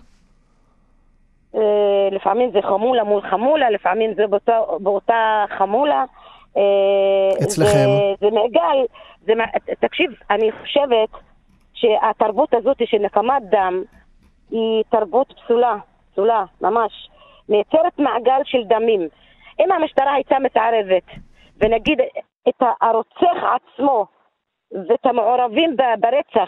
אה, לפעמים זה חמולה מול חמולה, לפעמים זה באותה, באותה חמולה. אצלכם. זה, זה מעגל, זה, תקשיב, אני חושבת שהתרבות הזאת של נקמת דם היא תרבות פסולה, פסולה, ממש. מייצרת מעגל של דמים. אם המשטרה הייתה מתערבת, ונגיד את הרוצח עצמו ואת המעורבים ברצח,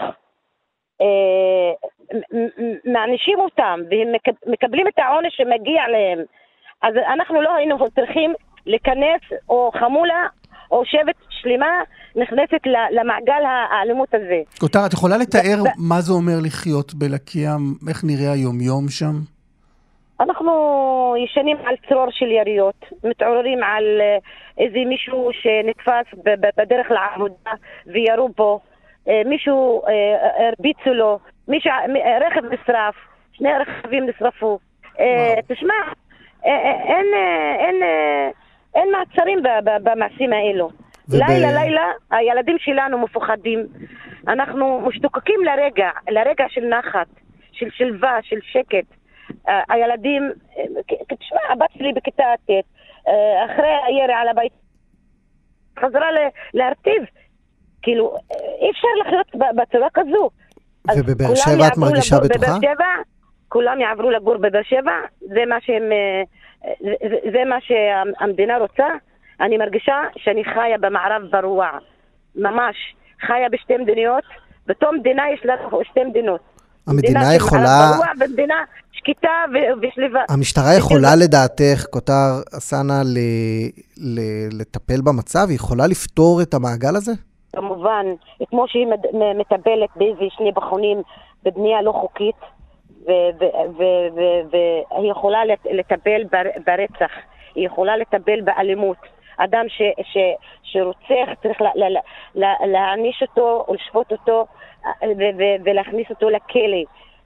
מענישים אותם והם מקבלים את העונש שמגיע להם, אז אנחנו לא היינו צריכים להיכנס, או חמולה, או שבט שלמה, נכנסת למעגל האלימות הזה. כותר, את יכולה לתאר מה זה אומר לחיות בלקיה? איך נראה היום-יום שם? אנחנו ישנים על צרור של יריות, מתעוררים על איזה מישהו שנתפס בדרך לעבודה וירו בו, מישהו הרביצו לו, מישהו, רכב נשרף, שני רכבים נשרפו. תשמע, אין, אין, אין מעצרים במעשים האלו. לילה, לילה, הילדים שלנו מפוחדים. אנחנו משתוקקים לרגע, לרגע של נחת, של שלווה, של שקט. הילדים, תשמע, הבת שלי בכיתה ט', אחרי הירי על הבית, חזרה להרטיב. כאילו, אי אפשר לחיות בצורה כזו. ובבאר שבע את מרגישה בטוחה? כולם יעברו לגור בבאר שבע, זה מה שהם, זה, זה מה שהמדינה רוצה. אני מרגישה שאני חיה במערב ברוע, ממש חיה בשתי מדיניות. בתור מדינה יש לנו שתי מדינות. המדינה יכולה... ומדינה שקטה ושלווה. המשטרה יכולה לדעתך, כותר אסנה, ל... ל... לטפל במצב? היא יכולה לפתור את המעגל הזה? כמובן, כמו שהיא מטפלת באיזה שני בחונים בבנייה לא חוקית, והיא יכולה לטפל ברצח, היא יכולה לטפל באלימות. אדם שרוצח צריך להעניש אותו או לשפוט אותו ולהכניס אותו לכלא.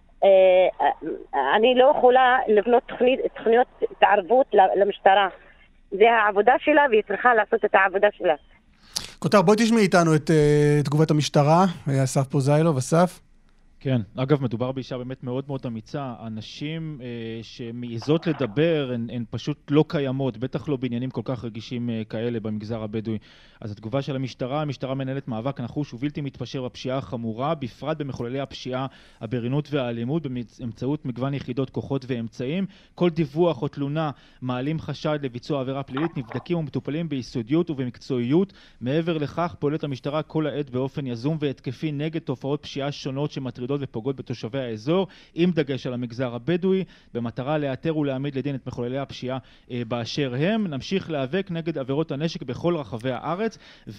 אני לא יכולה לבנות תוכניות התערבות למשטרה. זה העבודה שלה והיא צריכה לעשות את העבודה שלה. כותר, בואי תשמעי איתנו את תגובת המשטרה, אסף פוזיילוב, אסף. כן, אגב, מדובר באישה באמת מאוד מאוד אמיצה. אנשים אה, שמעיזות לדבר, הן, הן פשוט לא קיימות, בטח לא בעניינים כל כך רגישים אה, כאלה במגזר הבדואי. אז התגובה של המשטרה, המשטרה מנהלת מאבק נחוש ובלתי מתפשר בפשיעה החמורה, בפרט במחוללי הפשיעה, הבריונות והאלימות, באמצעות מגוון יחידות כוחות ואמצעים. כל דיווח או תלונה מעלים חשד לביצוע עבירה פלילית, נבדקים ומטופלים ביסודיות ובמקצועיות. מעבר לכך, פועלת המשטרה כל העת באופן יזום והתקפי נגד תופעות פשיעה שונות שמטרידות ופוגעות בתושבי האזור, עם דגש על המגזר הבדואי, במטרה לאתר ולהעמיד לדין את מחוללי הפשיעה אה, באשר הם. נמשיך להיאבק נגד עבירות הנשק בכל רחבי הארץ,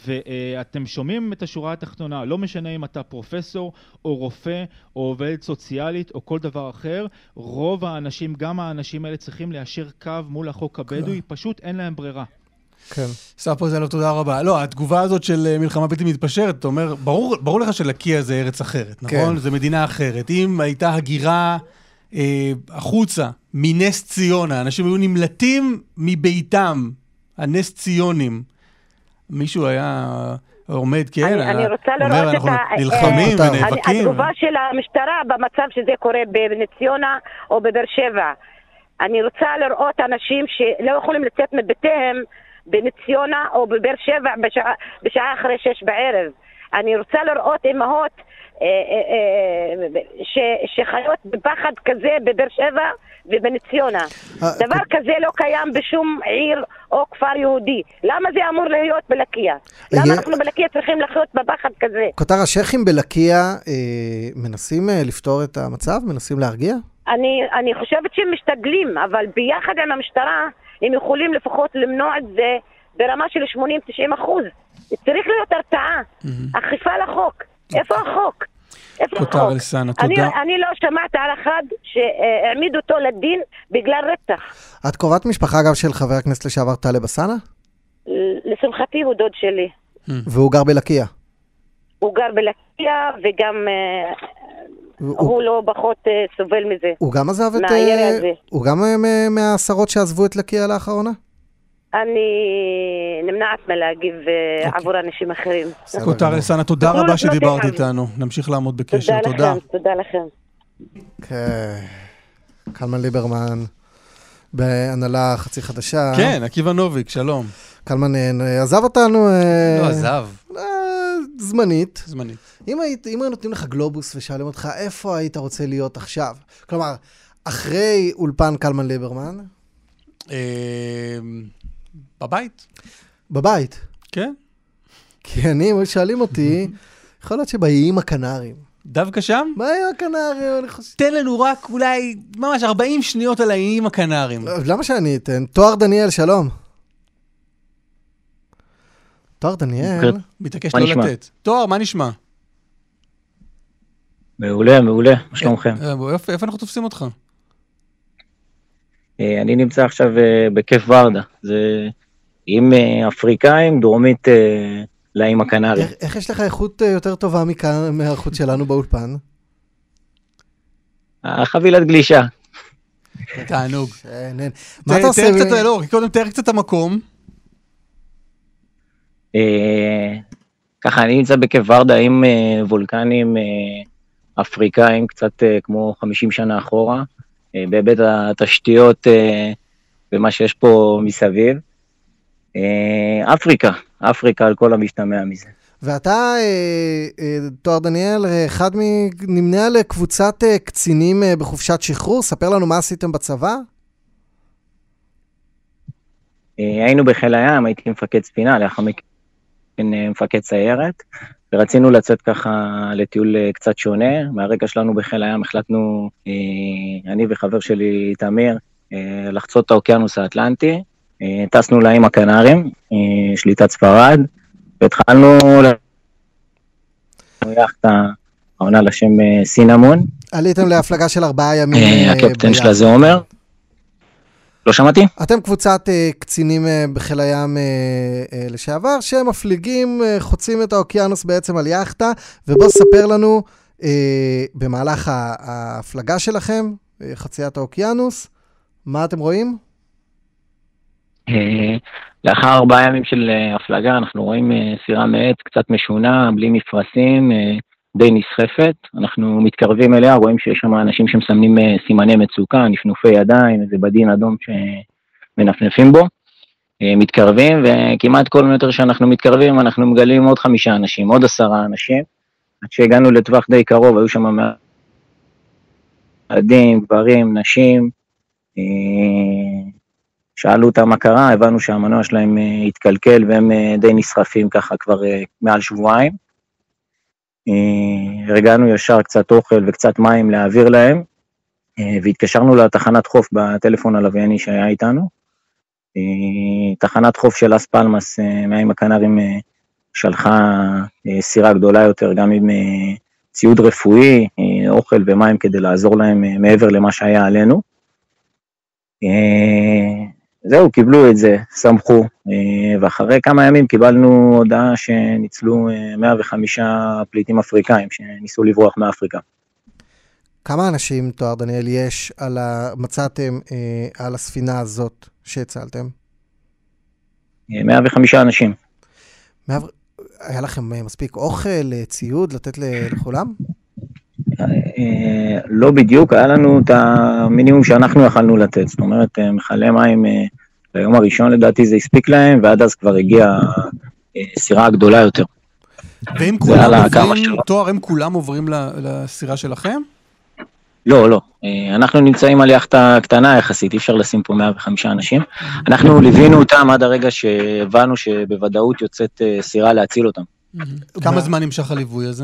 ואתם שומעים את השורה התחתונה, לא משנה אם אתה פרופסור או רופא או עובדת סוציאלית או כל דבר אחר, רוב האנשים, גם האנשים האלה צריכים ליישר קו מול החוק הבדואי, פשוט אין להם ברירה. כן. ספר זה לא תודה רבה. לא, התגובה הזאת של מלחמה בלתי מתפשרת, אתה אומר, ברור, ברור לך שלקיה זה ארץ אחרת, נכון? כן. זה מדינה אחרת. אם הייתה הגירה אה, החוצה מנס ציונה, אנשים היו נמלטים מביתם, הנס ציונים, מישהו היה עומד, כן, אני, אני רוצה לראות את ה... נלחמים אה, ונאבקים. התגובה של המשטרה במצב שזה קורה בנס ציונה או בבאר שבע. אני רוצה לראות אנשים שלא יכולים לצאת מביתיהם בנס ציונה או בבאר שבע בשעה, בשעה אחרי שש בערב. אני רוצה לראות אמהות אה, אה, אה, ש, שחיות בפחד כזה בבאר שבע ובנס ציונה. דבר כזה לא קיים בשום עיר או כפר יהודי. למה זה אמור להיות בלקיה? למה אנחנו בלקיה צריכים לחיות בפחד כזה? כותר השייכים בלקיה אה, מנסים אה, לפתור את המצב? מנסים להרגיע? אני, אני חושבת שהם משתדלים, אבל ביחד עם המשטרה הם יכולים לפחות למנוע את זה ברמה של שמונים עד תשעים אחוז. צריך להיות הרתעה, אכיפה לחוק. איפה החוק? איפה החוק? אני, אני לא שמעת על אחד שהעמיד אותו לדין בגלל רצח. את קרובת משפחה אגב של חבר הכנסת לשעבר טלב אלסאנע? לשמחתי הוא דוד שלי. והוא גר בלקיה? הוא גר בלקיה וגם... הוא לא פחות סובל מזה. הוא גם עזב את... הוא גם מהעשרות שעזבו את לקיה לאחרונה? אני נמנעת מלהגיב עבור אנשים אחרים. כותר אלסאנע, תודה רבה שדיברת איתנו. נמשיך לעמוד בקשר. תודה. תודה לכם. קלמן ליברמן, בהנהלה חצי חדשה. כן, עקיבא נוביק, שלום. קלמן עזב אותנו... לא עזב. זמנית. זמנית. אם היית, אם היו נותנים לך גלובוס ושואלים אותך איפה היית רוצה להיות עכשיו? כלומר, אחרי אולפן קלמן ליברמן? בבית. בבית? כן. כי אני, שואלים אותי, יכול להיות שבאים הקנרים. דווקא שם? באים הקנרים, אני חושב... תן לנו רק אולי ממש ארבעים שניות על האיים הקנרים. למה שאני אתן? תואר דניאל, שלום. תואר דניאל. מתעקש לא לתת. תואר, מה נשמע? מעולה, מעולה. מה שלומכם? איפה אנחנו תופסים אותך? אני נמצא עכשיו בכיף ורדה. זה עם אפריקאים, דרומית לאיים הקנריים. איך יש לך איכות יותר טובה מהאיכות שלנו באולפן? החבילת גלישה. תענוג. מה אתה עושה? לא, קודם תאר קצת המקום. ככה, אני נמצא בכיף ורדה עם וולקנים אפריקאים, קצת כמו חמישים שנה אחורה, בהיבט התשתיות ומה שיש פה מסביב. אפריקה, אפריקה על כל המשתמע מזה. ואתה, תואר דניאל, אחד נמנה לקבוצת קצינים בחופשת שחרור, ספר לנו מה עשיתם בצבא? היינו בחיל הים, הייתי מפקד ספינה, לאחר מכן מפקד סיירת, ורצינו לצאת ככה לטיול קצת שונה. מהרגע שלנו בחיל הים החלטנו, אני וחבר שלי תמיר, לחצות את האוקיינוס האטלנטי, טסנו לאיים הקנריים, שליטת ספרד, והתחלנו ליחת העונה לשם סינמון. עליתם להפלגה של ארבעה ימים. הקפטן שלה זה אומר. לא שמעתי? אתם קבוצת uh, קצינים uh, בחיל הים uh, uh, לשעבר, שהם מפליגים, uh, חוצים את האוקיינוס בעצם על יחטה, ובוא ספר לנו uh, במהלך ההפלגה שלכם, uh, חציית האוקיינוס, מה אתם רואים? Uh, לאחר ארבעה ימים של uh, הפלגה, אנחנו רואים uh, סירה מעץ קצת משונה, בלי מפרסים, uh, די נסחפת, אנחנו מתקרבים אליה, רואים שיש שם אנשים שמסמנים סימני מצוקה, נפנופי ידיים, איזה בדין אדום שמנפנפים בו, מתקרבים, וכמעט כל מטר שאנחנו מתקרבים, אנחנו מגלים עוד חמישה אנשים, עוד עשרה אנשים, עד שהגענו לטווח די קרוב, היו שם ילדים, גברים, נשים, שאלו אותם מה קרה, הבנו שהמנוע שלהם התקלקל, והם די נסחפים ככה כבר מעל שבועיים. הרגענו ישר קצת אוכל וקצת מים להעביר להם, והתקשרנו לתחנת חוף בטלפון הלווייני שהיה איתנו. תחנת חוף של לס פלמאס, מים הקנרים, שלחה סירה גדולה יותר, גם עם ציוד רפואי, אוכל ומים כדי לעזור להם מעבר למה שהיה עלינו. זהו, קיבלו את זה, שמחו, ואחרי כמה ימים קיבלנו הודעה שניצלו מאה וחמישה פליטים אפריקאים שניסו לברוח מאפריקה. כמה אנשים, תואר דניאל, יש על ה... מצאתם אה, על הספינה הזאת שהצלתם? מאה וחמישה אנשים. מאה... היה לכם מספיק אוכל, ציוד, לתת לכולם? לא בדיוק, היה לנו את המינימום שאנחנו יכלנו לתת, זאת אומרת, מחלי מים ביום הראשון לדעתי זה הספיק להם, ועד אז כבר הגיעה סירה הגדולה יותר. והם כולם עוברים, תואר, הם כולם עוברים לסירה שלכם? לא, לא. אנחנו נמצאים על יחטה קטנה יחסית, אי אפשר לשים פה מאה וחמישה אנשים. אנחנו ליווינו אותם עד הרגע שהבנו שבוודאות יוצאת סירה להציל אותם. כמה זמן נמשך הליווי הזה?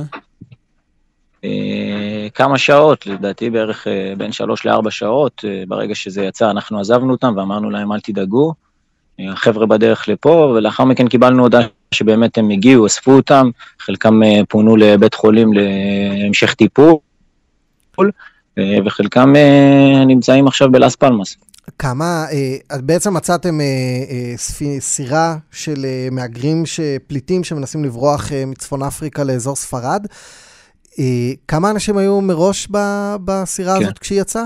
כמה שעות, לדעתי בערך בין שלוש לארבע שעות, ברגע שזה יצא אנחנו עזבנו אותם ואמרנו להם אל תדאגו, החבר'ה בדרך לפה, ולאחר מכן קיבלנו הודעה שבאמת הם הגיעו, אספו אותם, חלקם פונו לבית חולים להמשך טיפול, וחלקם נמצאים עכשיו בלס פלמאס. כמה, בעצם מצאתם סירה של מהגרים, פליטים שמנסים לברוח מצפון אפריקה לאזור ספרד, כמה אנשים היו מראש בסירה הזאת כן. כשהיא יצאה?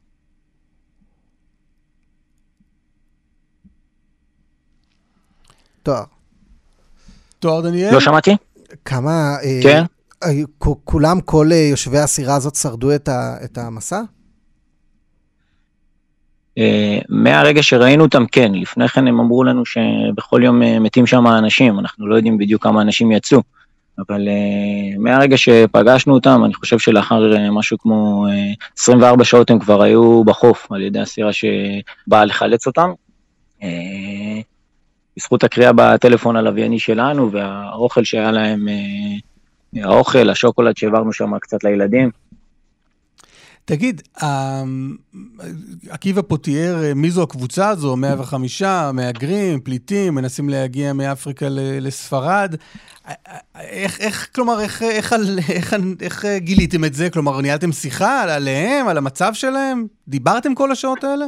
תואר. תואר דניאל? לא שמעתי? כמה, כן. אה, כולם, כל יושבי הסירה הזאת שרדו את, ה, את המסע? אה, מהרגע שראינו אותם, כן. לפני כן הם אמרו לנו שבכל יום מתים שם אנשים, אנחנו לא יודעים בדיוק כמה אנשים יצאו. אבל uh, מהרגע שפגשנו אותם, אני חושב שלאחר uh, משהו כמו uh, עשרים וארבע שעות הם כבר היו בחוף, על ידי הסירה שבאה לחלץ אותם. Uh, בזכות הקריאה בטלפון הלווייני שלנו, והאוכל שהיה להם, uh, האוכל, השוקולד שהעברנו שם קצת לילדים. תגיד, עקיבא פה תיאר, מי זו הקבוצה הזו? מאה וחמישה, מהגרים, פליטים, מנסים להגיע מאפריקה לספרד. איך, איך, כלומר, איך, איך, איך, איך גיליתם את זה? כלומר, ניהלתם שיחה עליהם, על המצב שלהם? דיברתם כל השעות האלה?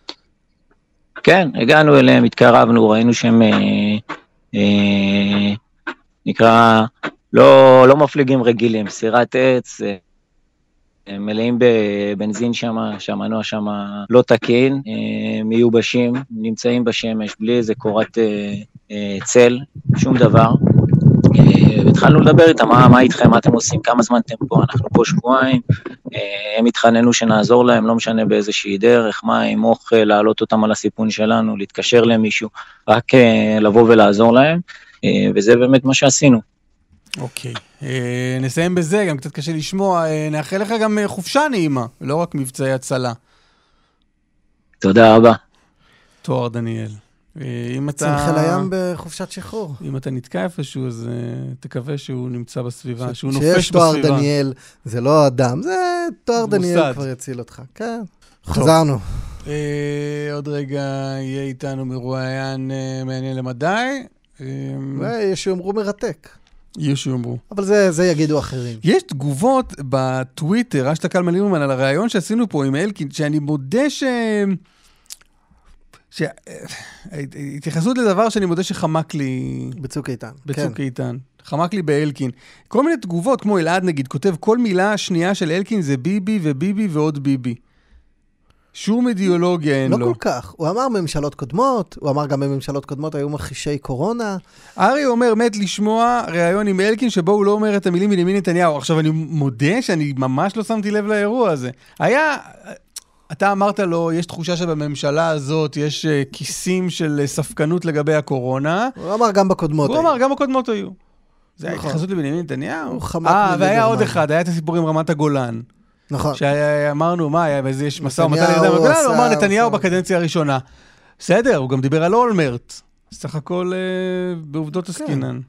כן, הגענו אליהם, התקרבנו, ראינו שהם, אה, אה, נקרא, לא, לא מפליגים רגילים, סירת עץ, אה, מלאים בבנזין שם, שהמנוע שם לא תקין, מיובשים, נמצאים בשמש, בלי איזה קורת צל, שום דבר. והתחלנו לדבר איתם, מה, מה איתכם, מה אתם עושים, כמה זמן אתם פה, אנחנו פה שבועיים, הם התחננו שנעזור להם, לא משנה באיזושהי דרך, מים, אוכל, להעלות אותם על הסיפון שלנו, להתקשר למישהו, רק לבוא ולעזור להם, וזה באמת מה שעשינו. אוקיי, נסיים בזה, גם קצת קשה לשמוע, נאחל לך גם חופשה נעימה, לא רק מבצעי הצלה. תודה רבה. תואר דניאל. אם אתה... צמחל הים בחופשת שחרור. אם אתה נתקע איפשהו, אז תקווה שהוא נמצא בסביבה, שהוא נופש בסביבה. שיש תואר דניאל, זה לא אדם, זה תואר דניאל כבר יציל אותך. כן, חזרנו. עוד רגע יהיה איתנו מרואיין מעניין למדי. יש שאומרו מרתק. יש שאומרו. אבל זה, זה יגידו אחרים. יש תגובות בטוויטר, אשת הקל מליברמן, על הרעיון שעשינו פה עם אלקין, שאני מודה ש... ש... התייחסות לדבר שאני מודה שחמק לי... בצוק איתן. בצוק כן. איתן. חמק לי באלקין. כל מיני תגובות, כמו אלעד נגיד, כותב כל מילה שנייה של אלקין זה ביבי וביבי ועוד ביבי. שום אידיאולוגיה אין לא לו. לא כל כך. הוא אמר ממשלות קודמות, הוא אמר גם בממשלות קודמות היו מכחישי קורונה. ארי אומר, מת לשמוע ראיון עם אלקין, שבו הוא לא אומר את המילים בנימין נתניהו. עכשיו, אני מודה שאני ממש לא שמתי לב לאירוע הזה. היה... אתה אמרת לו, יש תחושה שבממשלה הזאת יש כיסים של ספקנות לגבי הקורונה. הוא אמר גם בקודמות היו. הוא אמר גם בקודמות היו. זה היה התחזות לבנימין נתניהו? הוא חמק אה, והיה עוד אחד, היה את הסיפור עם רמת הגולן. נכון. שאמרנו, מה, היה איזה יש מסע ומתן לגבי הגולן, הוא אמר נתניהו בקדנציה הראשונה. בסדר, הוא גם דיבר על אולמרט. סך הכל בעובדות עסקינן.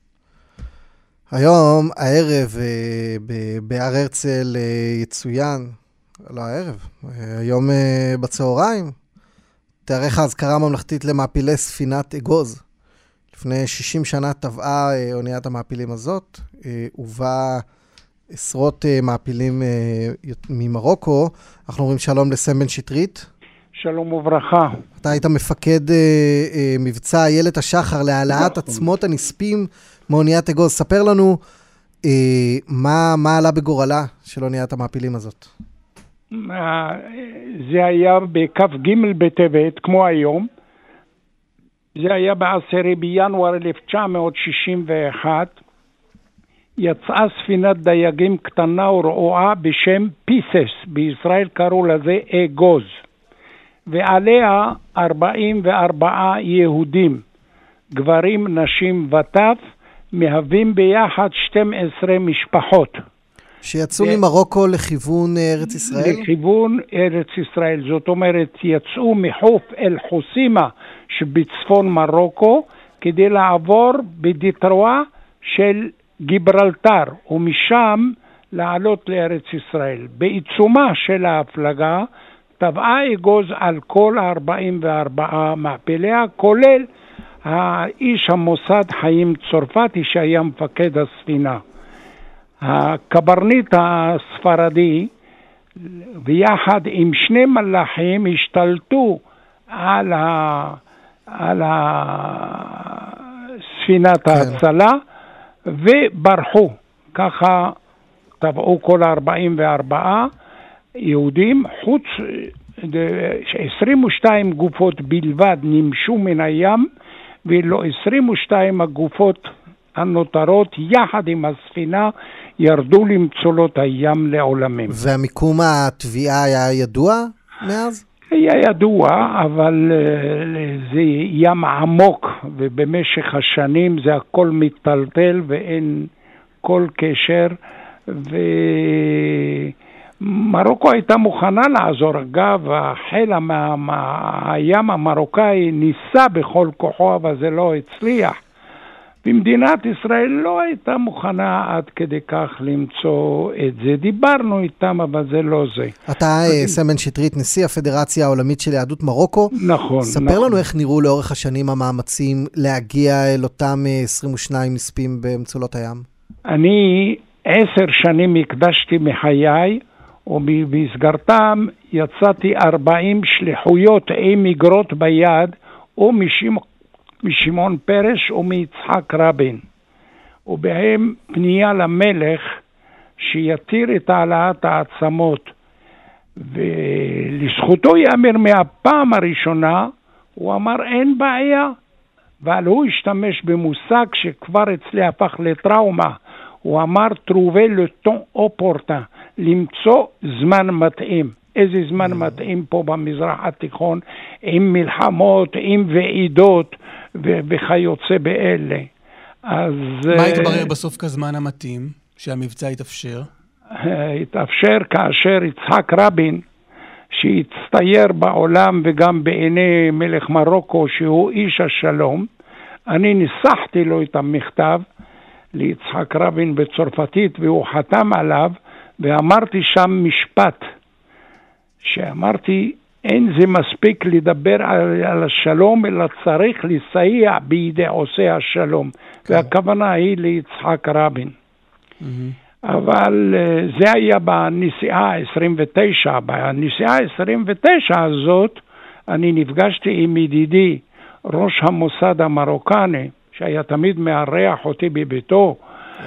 היום, הערב, בהר הרצל יצוין, לא הערב, היום בצהריים, תארך האזכרה ממלכתית למעפילי ספינת אגוז. לפני שישים שנה טבעה אוניית המעפילים הזאת, ובה עשרות מעפילים ממרוקו. אנחנו אומרים שלום לסם בן שטרית. שלום וברכה. אתה היית מפקד מבצע איילת השחר להעלאת עצמות הנספים מאוניית אגוז. ספר לנו מה, מה עלה בגורלה של אוניית המעפילים הזאת. זה היה בכף ג' בטבת, כמו היום. זה היה בעשירי בינואר אלף תשע מאות שישים ואחת. יצאה ספינת דייגים קטנה ורעועה בשם פיסס. בישראל קראו לזה אגוז. ועליה ארבעים וארבעה יהודים, גברים, נשים וטף, מהווים ביחד שתים עשרה משפחות. שיצאו ו... ממרוקו לכיוון ארץ ישראל? לכיוון ארץ ישראל. זאת אומרת, יצאו מחוף אל חוסימה שבצפון מרוקו, כדי לעבור בדיטרואה של גיברלטר, ומשם לעלות לארץ ישראל. בעיצומה של ההפלגה, טבעה אגוז על כל ארבעים וארבעה מעפיליה, כולל האיש המוסד חיים צרפתי שהיה מפקד הספינה. הקברניט הספרדי ויחד עם שני מלאכים השתלטו על, ה... על ספינת ההצלה וברחו. ככה טבעו כל ארבעים וארבעה יהודים, חוץ עשרים ושתיים גופות בלבד נמשו מן הים, ולא עשרים ושתיים הגופות הנותרות יחד עם הספינה ירדו למצולות הים לעולמים. והמיקום התביעה היה ידוע מאז? היה ידוע, אבל זה ים עמוק, ובמשך השנים זה הכל מטלטל ואין כל קשר, ומרוקו הייתה מוכנה לעזור. אגב, החל הים המרוקאי ניסה בכל כוחו, אבל זה לא הצליח. ומדינת ישראל לא הייתה מוכנה עד כדי כך למצוא את זה. דיברנו איתם, אבל זה לא זה. אתה, סם בן שטרית, נשיא הפדרציה העולמית של יהדות מרוקו. נכון. ספר נכון. לנו איך נראו לאורך השנים המאמצים להגיע אל אותם עשרים ושניים נספים במצולות הים. אני עשר שנים הקדשתי מחיי, ובמסגרתם יצאתי ארבעים שליחויות עם אגרות ביד, ומשם... משמעון פרש ומיצחק רבין, ובהם פנייה למלך שיתיר את העלאת העצמות. ולזכותו יאמר, מהפעם הראשונה הוא אמר אין בעיה, אבל הוא השתמש במושג שכבר אצלי הפך לטראומה. הוא אמר trouver le temps opportun, למצוא זמן מתאים. איזה זמן מתאים פה במזרח התיכון, עם מלחמות, עם ועידות וכיוצא באלה. אז מה התברר בסוף כזמן המתאים שהמבצע התאפשר? התאפשר כאשר יצחק רבין, שהצטייר בעולם וגם בעיני מלך מרוקו שהוא איש השלום, אני ניסחתי לו את המכתב ליצחק רבין בצרפתית, והוא חתם עליו, ואמרתי שם משפט שאמרתי, אין זה מספיק לדבר על, על השלום, אלא צריך לסייע בידי עושי השלום. כן. והכוונה היא ליצחק רבין. Mm-hmm. אבל uh, זה היה בנסיעה עשרים ותשע. בנסיעה עשרים ותשע הזאת, אני נפגשתי עם ידידי, ראש המוסד המרוקני, שהיה תמיד מארח אותי בביתו, yeah.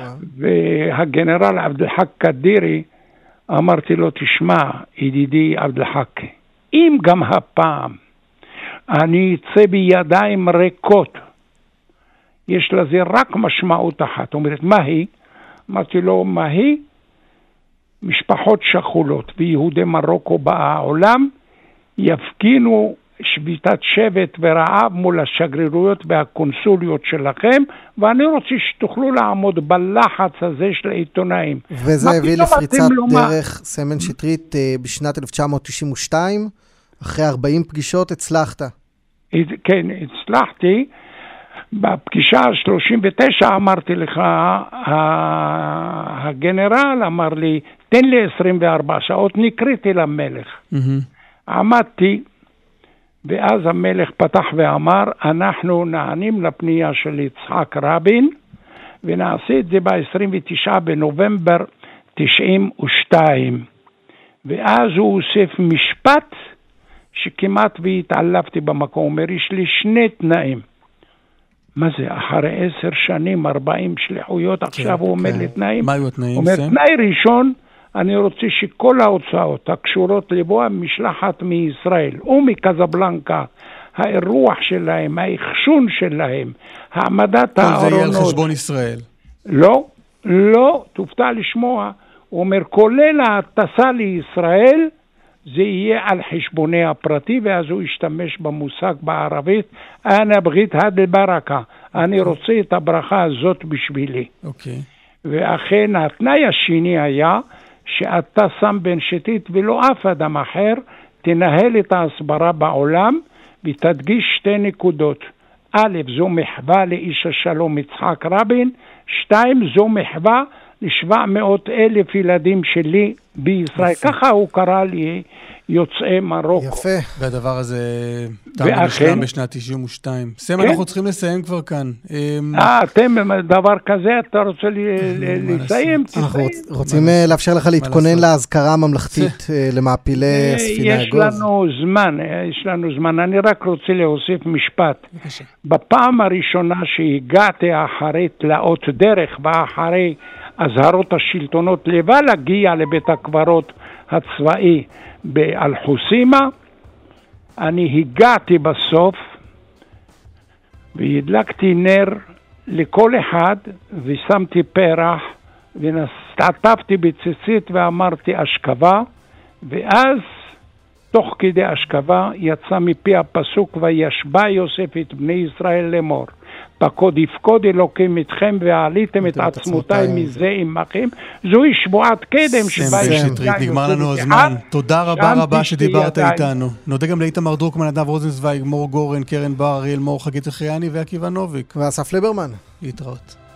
והגנרל עבד אל-חק קדירי, אמרתי לו, תשמע, ידידי עבד אל-חק, אם גם הפעם אני אצא בידיים ריקות, יש לזה רק משמעות אחת. אומרת, מה היא? אמרתי לו, מה היא? משפחות שכולות ויהודי מרוקו בעולם יפגינו שביתת שבט ורעב מול השגרירויות והקונסוליות שלכם, ואני רוצה שתוכלו לעמוד בלחץ הזה של העיתונאים. וזה הביא לפריצת דרך, סמן שטרית, בשנת אלף תשע מאות תשעים ושתיים, אחרי ארבעים פגישות הצלחת. כן, הצלחתי. בפגישה ה-שלושים ותשע אמרתי לך, הגנרל אמר לי, תן לי עשרים וארבע שעות, נקראתי למלך. עמדתי, ואז המלך פתח ואמר, אנחנו נענים לפנייה של יצחק רבין, ונעשה את זה ב-עשרים ותשעה בנובמבר תשעים ושתיים. ואז הוא הוסיף משפט שכמעט והתעלפתי במקום. אומר, יש לי שני תנאים. מה זה? אחרי עשר שנים, ארבעים שלחויות, עכשיו הוא אומר לי תנאים. מה היו התנאים? הוא אומר, תנאי ראשון, אני רוצה שכל ההוצאות הקשורות לבוא משלחת מישראל ומקזבלנקה, האירוח שלהם, האחשון שלהם, העמדת הארונות. כל זה יהיה על חשבון ישראל. לא, לא, תופתע לשמוע. הוא אומר, כולל ההטסה לישראל, זה יהיה על חשבוני הפרטי, ואז הוא ישתמש במושג בערבית, אנה בגית הד ברכה, אני רוצה את הברכה הזאת בשבילי. אוקיי. ואכן התנאי השני היה, שאתה שם בן שטית ולא אף אדם אחר, תנהל את ההסברה בעולם, ותדגיש שתי נקודות. א', זו מחווה לאיש השלום יצחק רבין, שתיים, זו מחווה ל-שבע מאות אלף ילדים שלי בישראל. יפה. ככה הוא קרא לי יוצאי מרוקו. יפה. והדבר הזה תעמוד בשלם בשנת תשעים ושתיים. סם, כן? אנחנו צריכים לסיים כבר כאן. אה, אתם, דבר כזה, אתה רוצה לסיים? אנחנו רוצים לאפשר לך להתכונן להזכרה הממלכתית למעפילי ספינה יש לנו זמן, יש לנו זמן. אני רק רוצה להוסיף משפט. בפעם הראשונה שהגעתי אחרי תלאות דרך ואחרי הזהרות השלטונות לבא להגיע לבית הקברות הצבאי באל-חוסימה, אני הגעתי בסוף והדלקתי נר לכל אחד ושמתי פרח ונסתעטפתי בציצית ואמרתי אשכבה, ואז תוך כדי אשכבה יצא מפי הפסוק, וישבע יוסף את בני ישראל לאמור, פקוד יפקוד אלוקים אתכם ועליתם את עצמותיי מזה עמכם. זוהי שבועת קדם שבה שטרית, נגמר לנו הזמן. תודה רבה רבה שדיברת איתנו. נודה גם לאיתמר דרוקמן, נדב רוזנצוויג, מור גורן, קרן בר, אריאל מור, חגית יחייני ועקיבא נוביק ואסף ליברמן. להתראות.